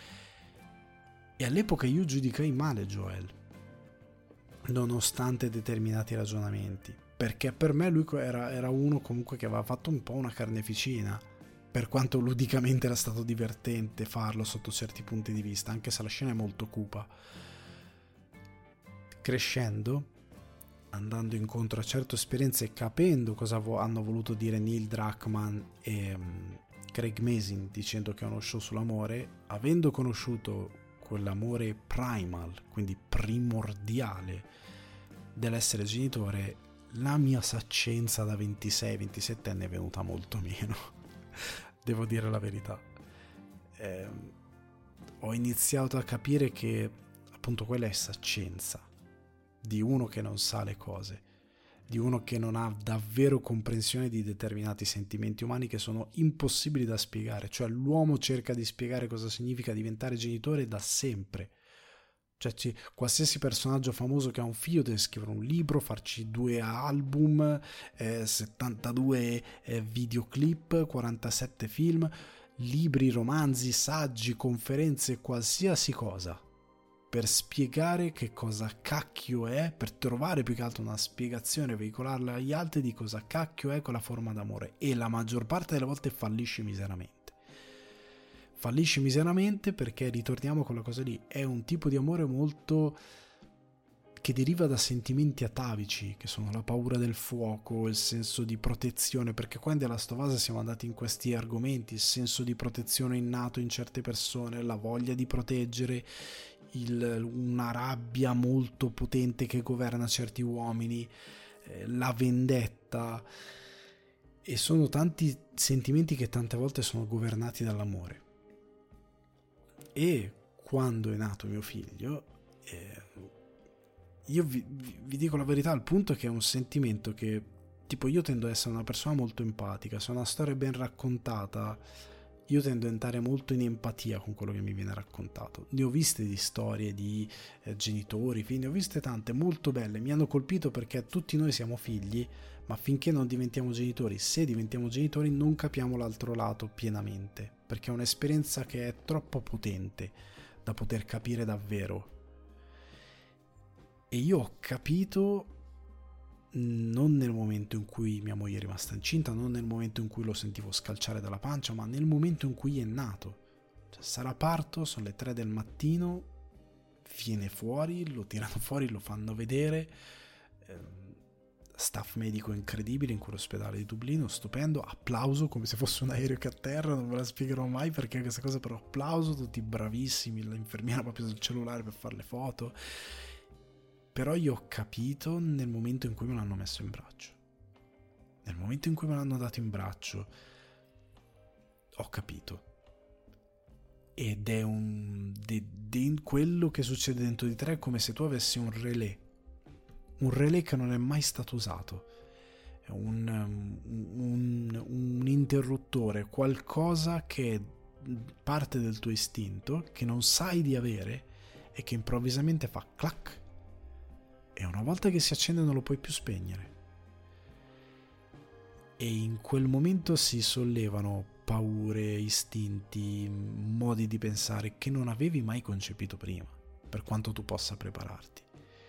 E all'epoca io giudicai male Joel, nonostante determinati ragionamenti, perché per me lui era, era uno comunque che aveva fatto un po' una carneficina, per quanto ludicamente era stato divertente farlo sotto certi punti di vista, anche se la scena è molto cupa. Crescendo andando incontro a certe esperienze e capendo cosa vo- hanno voluto dire Neil Druckmann e um, Craig Mazin dicendo che è uno show sull'amore, avendo conosciuto quell'amore primal, quindi primordiale dell'essere genitore, la mia saccenza da ventisei ventisette anni è venuta molto meno. Devo dire la verità. Eh, ho iniziato a capire che appunto quella è saccenza di uno che non sa le cose, di uno che non ha davvero comprensione di determinati sentimenti umani che sono impossibili da spiegare. Cioè l'uomo cerca di spiegare cosa significa diventare genitore da sempre. Cioè c- qualsiasi personaggio famoso che ha un figlio deve scrivere un libro, farci due album, eh, settantadue eh, videoclip, quarantasette film, libri, romanzi, saggi, conferenze, qualsiasi cosa per spiegare che cosa cacchio è, per trovare più che altro una spiegazione, veicolarla agli altri di cosa cacchio è quella forma d'amore, e la maggior parte delle volte fallisce miseramente. Fallisce miseramente perché, ritorniamo a quella cosa lì, è un tipo di amore molto che deriva da sentimenti atavici, che sono la paura del fuoco, il senso di protezione, perché qua in The Last of Us siamo andati in questi argomenti, il senso di protezione innato in certe persone, la voglia di proteggere, il, una rabbia molto potente che governa certi uomini, eh, la vendetta, e sono tanti sentimenti che tante volte sono governati dall'amore. E quando è nato mio figlio, eh, io vi, vi dico la verità, al punto che è un sentimento che, tipo, io tendo ad essere una persona molto empatica, se una storia è ben raccontata io tendo ad entrare molto in empatia con quello che mi viene raccontato. Ne ho viste di storie di eh, genitori, figli, ne ho viste tante molto belle, mi hanno colpito perché tutti noi siamo figli, ma finché non diventiamo genitori, se diventiamo genitori non capiamo l'altro lato pienamente, perché è un'esperienza che è troppo potente da poter capire davvero. E io ho capito non nel momento in cui mia moglie è rimasta incinta, non nel momento in cui lo sentivo scalciare dalla pancia, ma nel momento in cui è nato. Cioè, sarà parto, sono le tre del mattino, viene fuori, lo tirano fuori, lo fanno vedere, eh, staff medico incredibile in quell'ospedale di Dublino, stupendo, applauso come se fosse un aereo che atterra, non ve la spiegherò mai perché questa cosa, però applauso, tutti bravissimi, l'infermiera proprio sul cellulare per fare le foto. Però io ho capito nel momento in cui me l'hanno messo in braccio. Nel momento in cui me l'hanno dato in braccio, ho capito. Ed è un... De, de, quello che succede dentro di te è come se tu avessi un relè. Un relè che non è mai stato usato. È un, un, un interruttore, qualcosa che è parte del tuo istinto, che non sai di avere e che improvvisamente fa clac. E una volta che si accende non lo puoi più spegnere. E in quel momento si sollevano paure, istinti, modi di pensare che non avevi mai concepito prima, per quanto tu possa prepararti.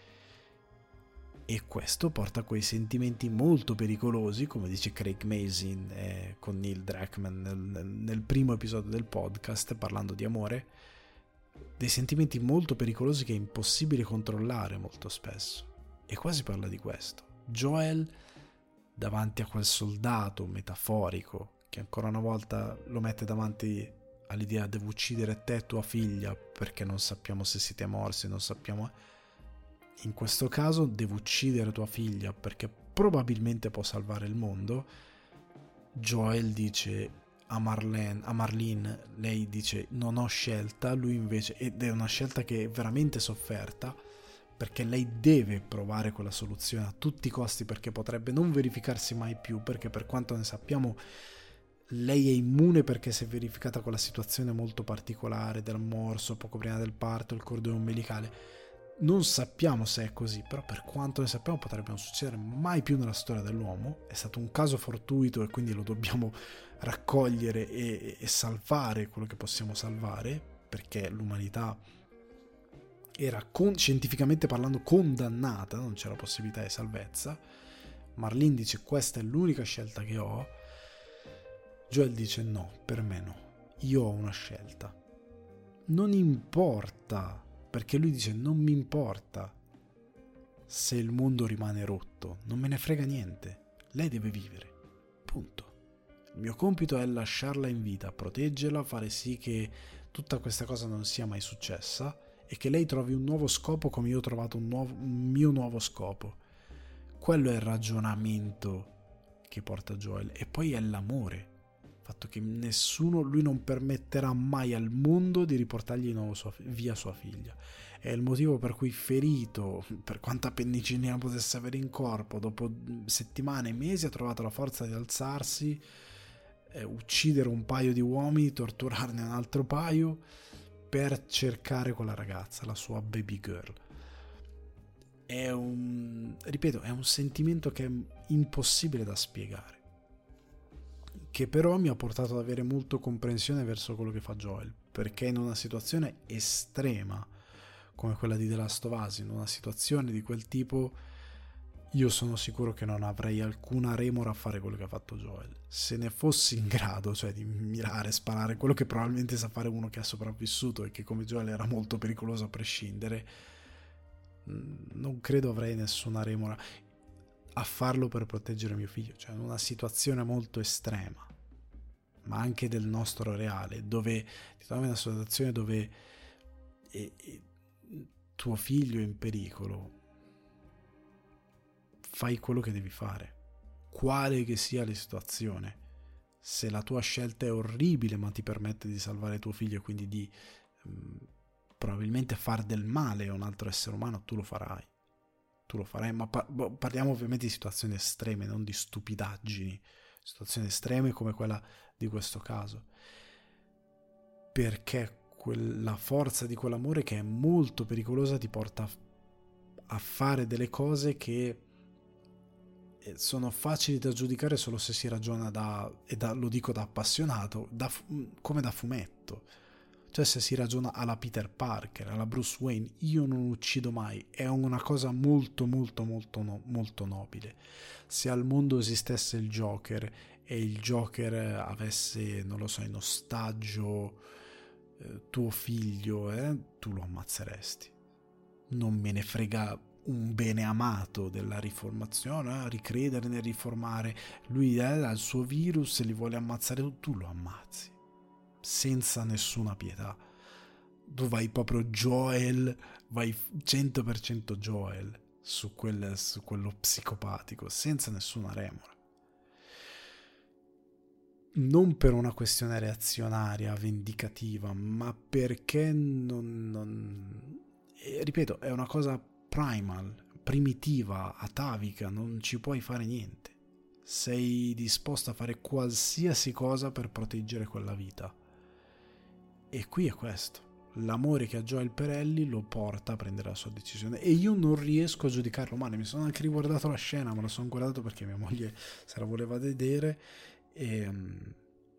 E questo porta a quei sentimenti molto pericolosi, come dice Craig Mazin eh, con Neil Druckmann nel, nel primo episodio del podcast parlando di amore, dei sentimenti molto pericolosi che è impossibile controllare molto spesso. E qua si parla di questo. Joel davanti a quel soldato metaforico che ancora una volta lo mette davanti all'idea devo uccidere te e tua figlia perché non sappiamo se siete morti, non sappiamo. In questo caso devo uccidere tua figlia perché probabilmente può salvare il mondo. Joel dice a Marlene, a Marlene, lei dice non ho scelta, lui invece, ed è una scelta che è veramente sofferta perché lei deve provare quella soluzione a tutti i costi perché potrebbe non verificarsi mai più, perché per quanto ne sappiamo lei è immune perché si è verificata quella situazione molto particolare del morso poco prima del parto, il cordone ombelicale. Non sappiamo se è così, però per quanto ne sappiamo potrebbe non succedere mai più nella storia dell'uomo. È stato un caso fortuito e quindi lo dobbiamo raccogliere e, e salvare quello che possiamo salvare, perché l'umanità era con, scientificamente parlando condannata, non c'era possibilità di salvezza. Marlene dice questa è l'unica scelta che ho. Joel dice no, per me no, io ho una scelta. Non importa, perché lui dice non mi importa Se il mondo rimane rotto, non me ne frega niente. Lei deve vivere. Punto. Il mio compito è lasciarla in vita, proteggerla, fare sì che tutta questa cosa non sia mai successa e che lei trovi un nuovo scopo come io ho trovato un, nuovo, un mio nuovo scopo. Quello è il ragionamento che porta Joel. E poi è l'amore. Il fatto che nessuno, lui non permetterà mai al mondo di riportargli di nuovo sua, via sua figlia. È il motivo per cui, ferito, per quanta penicillina potesse avere in corpo, dopo settimane e mesi ha trovato la forza di alzarsi, eh, uccidere un paio di uomini, torturarne un altro paio per cercare quella ragazza, la sua baby girl. È un, ripeto, è un sentimento che è impossibile da spiegare, che però mi ha portato ad avere molto comprensione verso quello che fa Joel, perché in una situazione estrema come quella di The Last of Us, in una situazione di quel tipo, io sono sicuro che non avrei alcuna remora a fare quello che ha fatto Joel. Se ne fossi in grado, cioè di mirare, sparare, quello che probabilmente sa fare uno che ha sopravvissuto e che come Joel era molto pericoloso a prescindere, non credo avrei nessuna remora a farlo per proteggere mio figlio. Cioè, in una situazione molto estrema, ma anche del nostro reale, dove ti trovi in una situazione dove e, e, tuo figlio è in pericolo, fai quello che devi fare, quale che sia la situazione. Se la tua scelta è orribile ma ti permette di salvare tuo figlio e quindi di mh, probabilmente far del male a un altro essere umano, tu lo farai. Tu lo farai, ma par- parliamo ovviamente di situazioni estreme, non di stupidaggini, situazioni estreme come quella di questo caso. Perché quella forza di quell'amore, che è molto pericolosa, ti porta a fare delle cose che sono facili da giudicare solo se si ragiona da, e da, lo dico da appassionato, da, come da fumetto. Cioè, se si ragiona alla Peter Parker, alla Bruce Wayne, io non uccido mai, è una cosa molto molto molto no, molto nobile. Se al mondo esistesse il Joker e il Joker avesse, non lo so, in ostaggio eh, tuo figlio, eh, tu lo ammazzeresti. Non me ne frega un bene amato della riformazione, eh, ricredere nel riformare. Lui eh, ha il suo virus e li vuole ammazzare, tu lo ammazzi senza nessuna pietà. Tu vai proprio Joel, vai cento per cento Joel su, quel, su quello psicopatico, senza nessuna remora. Non per una questione reazionaria, vendicativa, ma perché non, non... Eh, ripeto, è una cosa primal, primitiva, atavica, non ci puoi fare niente. Sei disposto a fare qualsiasi cosa per proteggere quella vita. E qui è questo. L'amore che ha Joel per Ellie lo porta a prendere la sua decisione. E io non riesco a giudicarlo male. Mi sono anche riguardato la scena, me la sono guardato perché mia moglie se la voleva vedere. E um,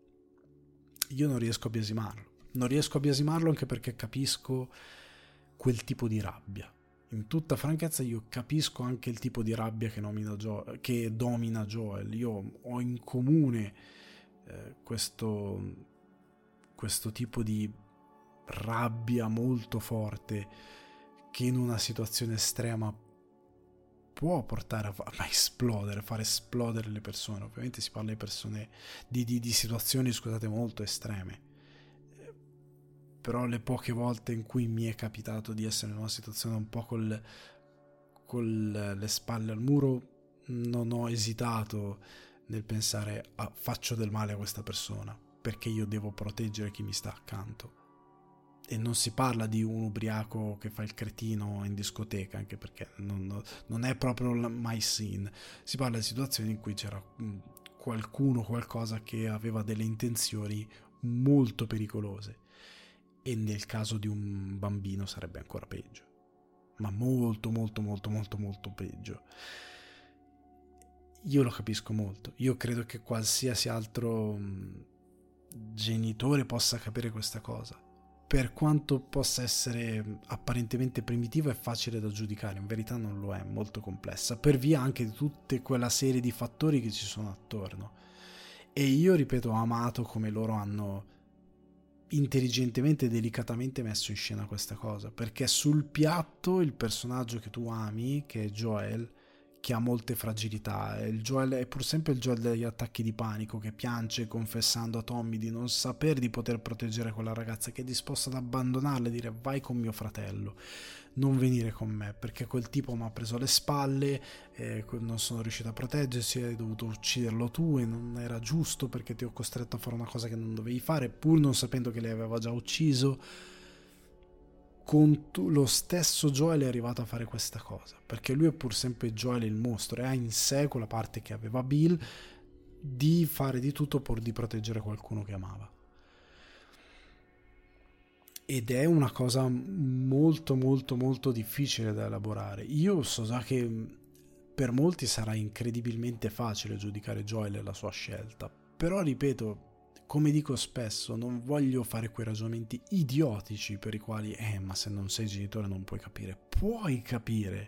io non riesco a biasimarlo. Non riesco a biasimarlo anche perché capisco quel tipo di rabbia. In tutta franchezza io capisco anche il tipo di rabbia che, nomina Jo- che domina Joel. Io ho in comune eh, questo... questo tipo di rabbia molto forte che in una situazione estrema può portare a, a esplodere, far esplodere le persone. Ovviamente si parla di persone, di, di, di situazioni, scusate, molto estreme. Eh, però le poche volte in cui mi è capitato di essere in una situazione un po' col, con le spalle al muro, non ho esitato nel pensare ah, faccio del male a questa persona, perché io devo proteggere chi mi sta accanto. E non si parla di un ubriaco che fa il cretino in discoteca, anche perché non, non è proprio my scene. Si parla di situazioni in cui c'era qualcuno, qualcosa che aveva delle intenzioni molto pericolose, e nel caso di un bambino sarebbe ancora peggio, ma molto molto molto molto molto peggio. Io lo capisco molto. Io credo che qualsiasi altro genitore possa capire questa cosa, per quanto possa essere apparentemente primitiva e facile da giudicare. In verità non lo è, molto complessa, per via anche di tutta quella serie di fattori che ci sono attorno. E io, ripeto, ho amato come loro hanno intelligentemente e delicatamente messo in scena questa cosa, perché sul piatto il personaggio che tu ami, che è Joel, che ha molte fragilità, il Joel è pur sempre il Joel degli attacchi di panico, che piange confessando a Tommy di non sapere di poter proteggere quella ragazza, che è disposta ad abbandonarla e dire vai con mio fratello, non venire con me, perché quel tipo mi ha preso alle spalle, eh, non sono riuscito a proteggersi, hai dovuto ucciderlo tu e non era giusto perché ti ho costretto a fare una cosa che non dovevi fare, pur non sapendo che lei aveva già ucciso. Con tu, lo stesso Joel è arrivato a fare questa cosa, perché lui è pur sempre Joel il mostro e ha in sé quella parte che aveva Bill di fare di tutto pur di proteggere qualcuno che amava. Ed è una cosa molto molto molto difficile da elaborare. Io so già che per molti sarà incredibilmente facile giudicare Joel e la sua scelta, però ripeto, come dico spesso, non voglio fare quei ragionamenti idiotici per i quali eh ma se non sei genitore non puoi capire. Puoi capire,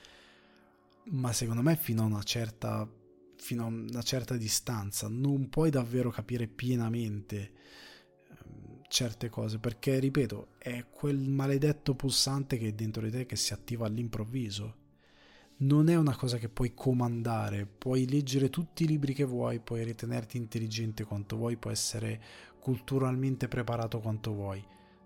ma secondo me fino a una certa fino a una certa distanza non puoi davvero capire pienamente certe cose, perché ripeto, è quel maledetto pulsante che è dentro di te che si attiva all'improvviso. Non è una cosa che puoi comandare, puoi leggere tutti i libri che vuoi, puoi ritenerti intelligente quanto vuoi, puoi essere culturalmente preparato quanto vuoi.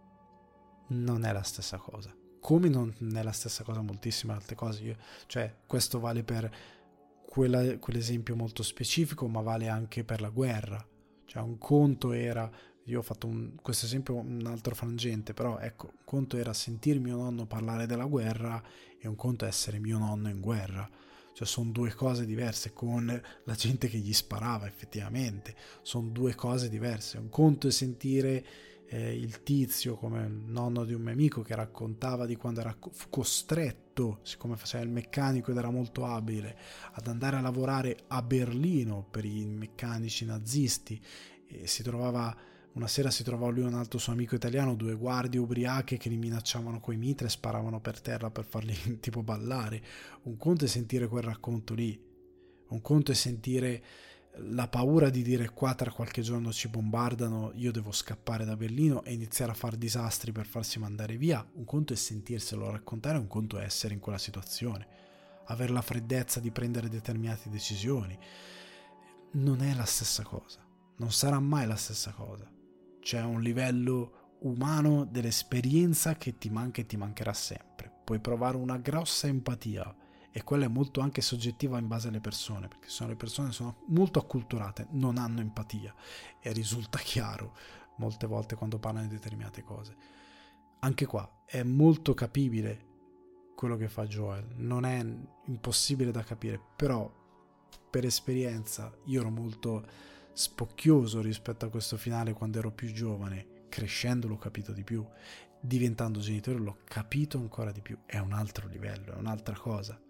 Non è la stessa cosa. Come non è la stessa cosa moltissime altre cose. Io, cioè, questo vale per quella, quell'esempio molto specifico, ma vale anche per la guerra. Cioè, un conto era... Io ho fatto un, questo esempio un altro frangente, però ecco, un conto era sentire mio nonno parlare della guerra e un conto è essere mio nonno in guerra. Cioè sono due cose diverse, con la gente che gli sparava effettivamente, sono due cose diverse. Un conto è sentire eh, il tizio come il nonno di un mio amico che raccontava di quando era costretto, siccome faceva il meccanico ed era molto abile, ad andare a lavorare a Berlino per i meccanici nazisti e si trovava... Una sera si trovò lui e un altro suo amico italiano, due guardie ubriache che li minacciavano coi mitra e sparavano per terra per farli tipo ballare. Un conto è sentire quel racconto lì, un conto è sentire la paura di dire qua tra qualche giorno ci bombardano, io devo scappare da Berlino e iniziare a fare disastri per farsi mandare via. Un conto è sentirselo raccontare, un conto è essere in quella situazione, avere la freddezza di prendere determinate decisioni. Non è la stessa cosa, non sarà mai la stessa cosa. C'è un livello umano dell'esperienza che ti manca e ti mancherà sempre. Puoi provare una grossa empatia e quella è molto anche soggettiva in base alle persone, perché sono le persone sono molto acculturate, non hanno empatia e risulta chiaro molte volte quando parlano di determinate cose. Anche qua è molto capibile quello che fa Joel, non è impossibile da capire, però per esperienza io ero molto spocchioso rispetto a questo finale quando ero più giovane. Crescendo l'ho capito di più, diventando genitore l'ho capito ancora di più. È un altro livello, è un'altra cosa.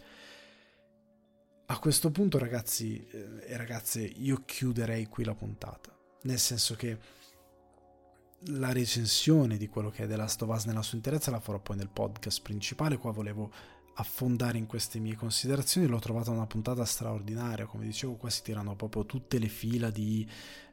A questo punto, ragazzi e ragazze, io chiuderei qui la puntata, nel senso che la recensione di quello che è The Last of Us nella sua interezza la farò poi nel podcast principale. Qua volevo affondare in queste mie considerazioni, l'ho trovata una puntata straordinaria, come dicevo qua si tirano proprio tutte le fila di,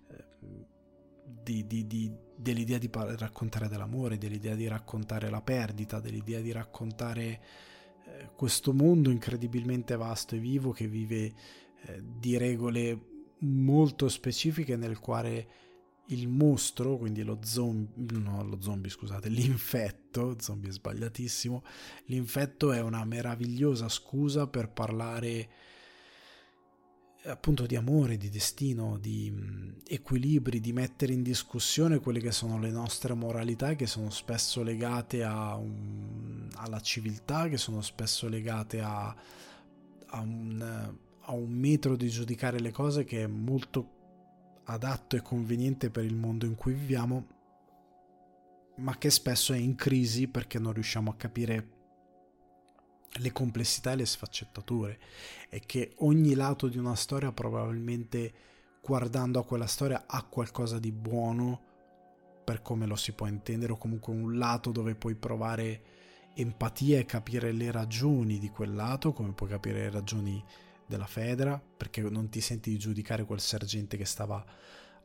di, di, di dell'idea di raccontare dell'amore, dell'idea di raccontare la perdita, dell'idea di raccontare eh, questo mondo incredibilmente vasto e vivo che vive eh, di regole molto specifiche, nel quale il mostro, quindi lo zombie, no, lo zombie, scusate, l'infetto, zombie è sbagliatissimo, l'infetto è una meravigliosa scusa per parlare appunto di amore, di destino, di mh, equilibri, di mettere in discussione quelle che sono le nostre moralità, che sono spesso legate a un, alla civiltà, che sono spesso legate a, a, un, a un metro di giudicare le cose che è molto adatto e conveniente per il mondo in cui viviamo, ma che spesso è in crisi perché non riusciamo a capire le complessità e le sfaccettature, e che ogni lato di una storia probabilmente, guardando a quella storia, ha qualcosa di buono per come lo si può intendere, o comunque un lato dove puoi provare empatia e capire le ragioni di quel lato, come puoi capire le ragioni della Fedra, perché non ti senti di giudicare quel sergente che stava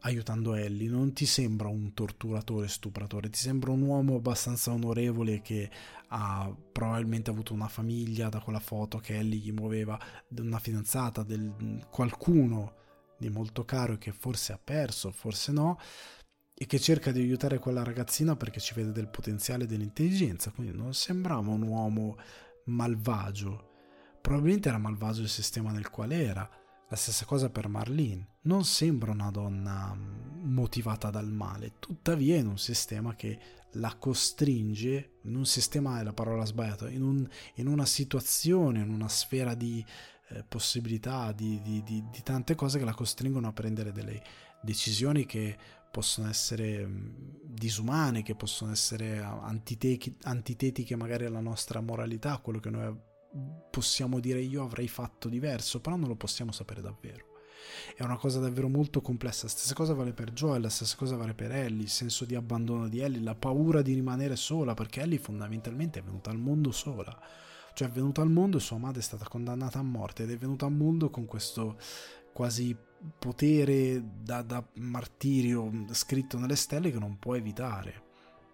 aiutando Ellie, non ti sembra un torturatore stupratore, ti sembra un uomo abbastanza onorevole che ha probabilmente avuto una famiglia da quella foto che Ellie gli muoveva, una fidanzata, del, qualcuno di molto caro che forse ha perso, forse no, e che cerca di aiutare quella ragazzina perché ci vede del potenziale e dell'intelligenza, quindi non sembrava un uomo malvagio. Probabilmente era malvagio il sistema nel quale era. La stessa cosa per Marlene, non sembra una donna motivata dal male, tuttavia in un sistema che la costringe, in un sistema è la parola sbagliata, in, un, in una situazione, in una sfera di eh, possibilità, di, di, di, di tante cose che la costringono a prendere delle decisioni che possono essere disumane, che possono essere antitetiche, antitetiche magari alla nostra moralità, quello che noi possiamo dire io avrei fatto diverso, però non lo possiamo sapere davvero. È una cosa davvero molto complessa. La stessa cosa vale per Joel, la stessa cosa vale per Ellie, il senso di abbandono di Ellie, la paura di rimanere sola, perché Ellie fondamentalmente è venuta al mondo sola, cioè è venuta al mondo e sua madre è stata condannata a morte ed è venuta al mondo con questo quasi potere da, da martirio scritto nelle stelle che non può evitare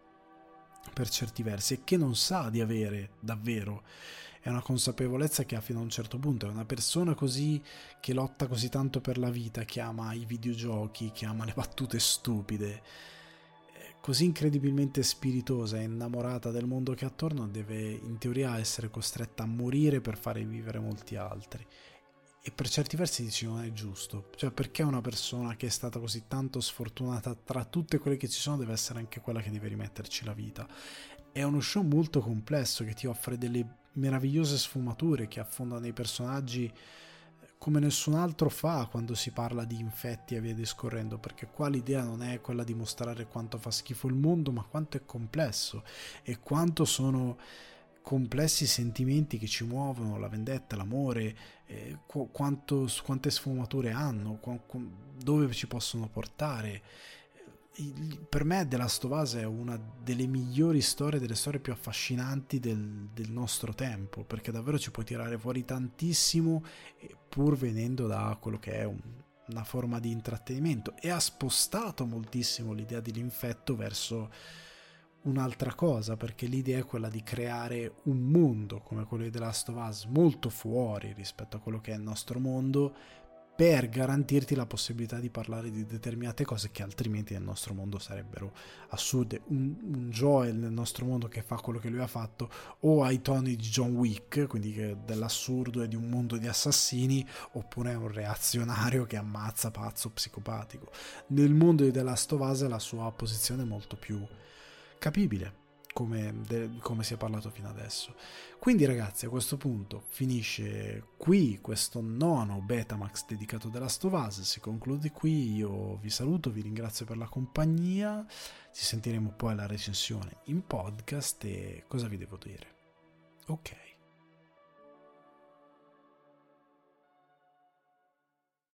per certi versi e che non sa di avere davvero. È una consapevolezza che ha fino a un certo punto, è una persona così che lotta così tanto per la vita, che ama i videogiochi, che ama le battute stupide, così incredibilmente spiritosa e innamorata del mondo che ha attorno, deve in teoria essere costretta a morire per fare vivere molti altri. E per certi versi dici non è giusto, cioè perché una persona che è stata così tanto sfortunata tra tutte quelle che ci sono deve essere anche quella che deve rimetterci la vita. È uno show molto complesso che ti offre delle meravigliose sfumature che affondano i personaggi come nessun altro fa quando si parla di infetti e via discorrendo, perché qua l'idea non è quella di mostrare quanto fa schifo il mondo, ma quanto è complesso e quanto sono complessi i sentimenti che ci muovono, la vendetta, l'amore, eh, qu- quanto, quante sfumature hanno, qu- qu- dove ci possono portare. Per me The Last of Us è una delle migliori storie, delle storie più affascinanti del, del nostro tempo, perché davvero ci puoi tirare fuori tantissimo pur venendo da quello che è un, una forma di intrattenimento, e ha spostato moltissimo l'idea dell'infetto verso un'altra cosa, perché l'idea è quella di creare un mondo come quello di The Last of Us molto fuori rispetto a quello che è il nostro mondo, per garantirti la possibilità di parlare di determinate cose che altrimenti nel nostro mondo sarebbero assurde. Un, un Joel nel nostro mondo che fa quello che lui ha fatto, o ai toni di John Wick, quindi che dell'assurdo e di un mondo di assassini, oppure è un reazionario che ammazza pazzo psicopatico. Nel mondo di The Last of Us la sua posizione è molto più capibile, come, de, come si è parlato fino adesso. Quindi ragazzi, a questo punto finisce qui questo nono Betamax dedicato a The Last of Us, si conclude qui. Io vi saluto, vi ringrazio per la compagnia, ci sentiremo poi alla recensione in podcast e cosa vi devo dire? Ok.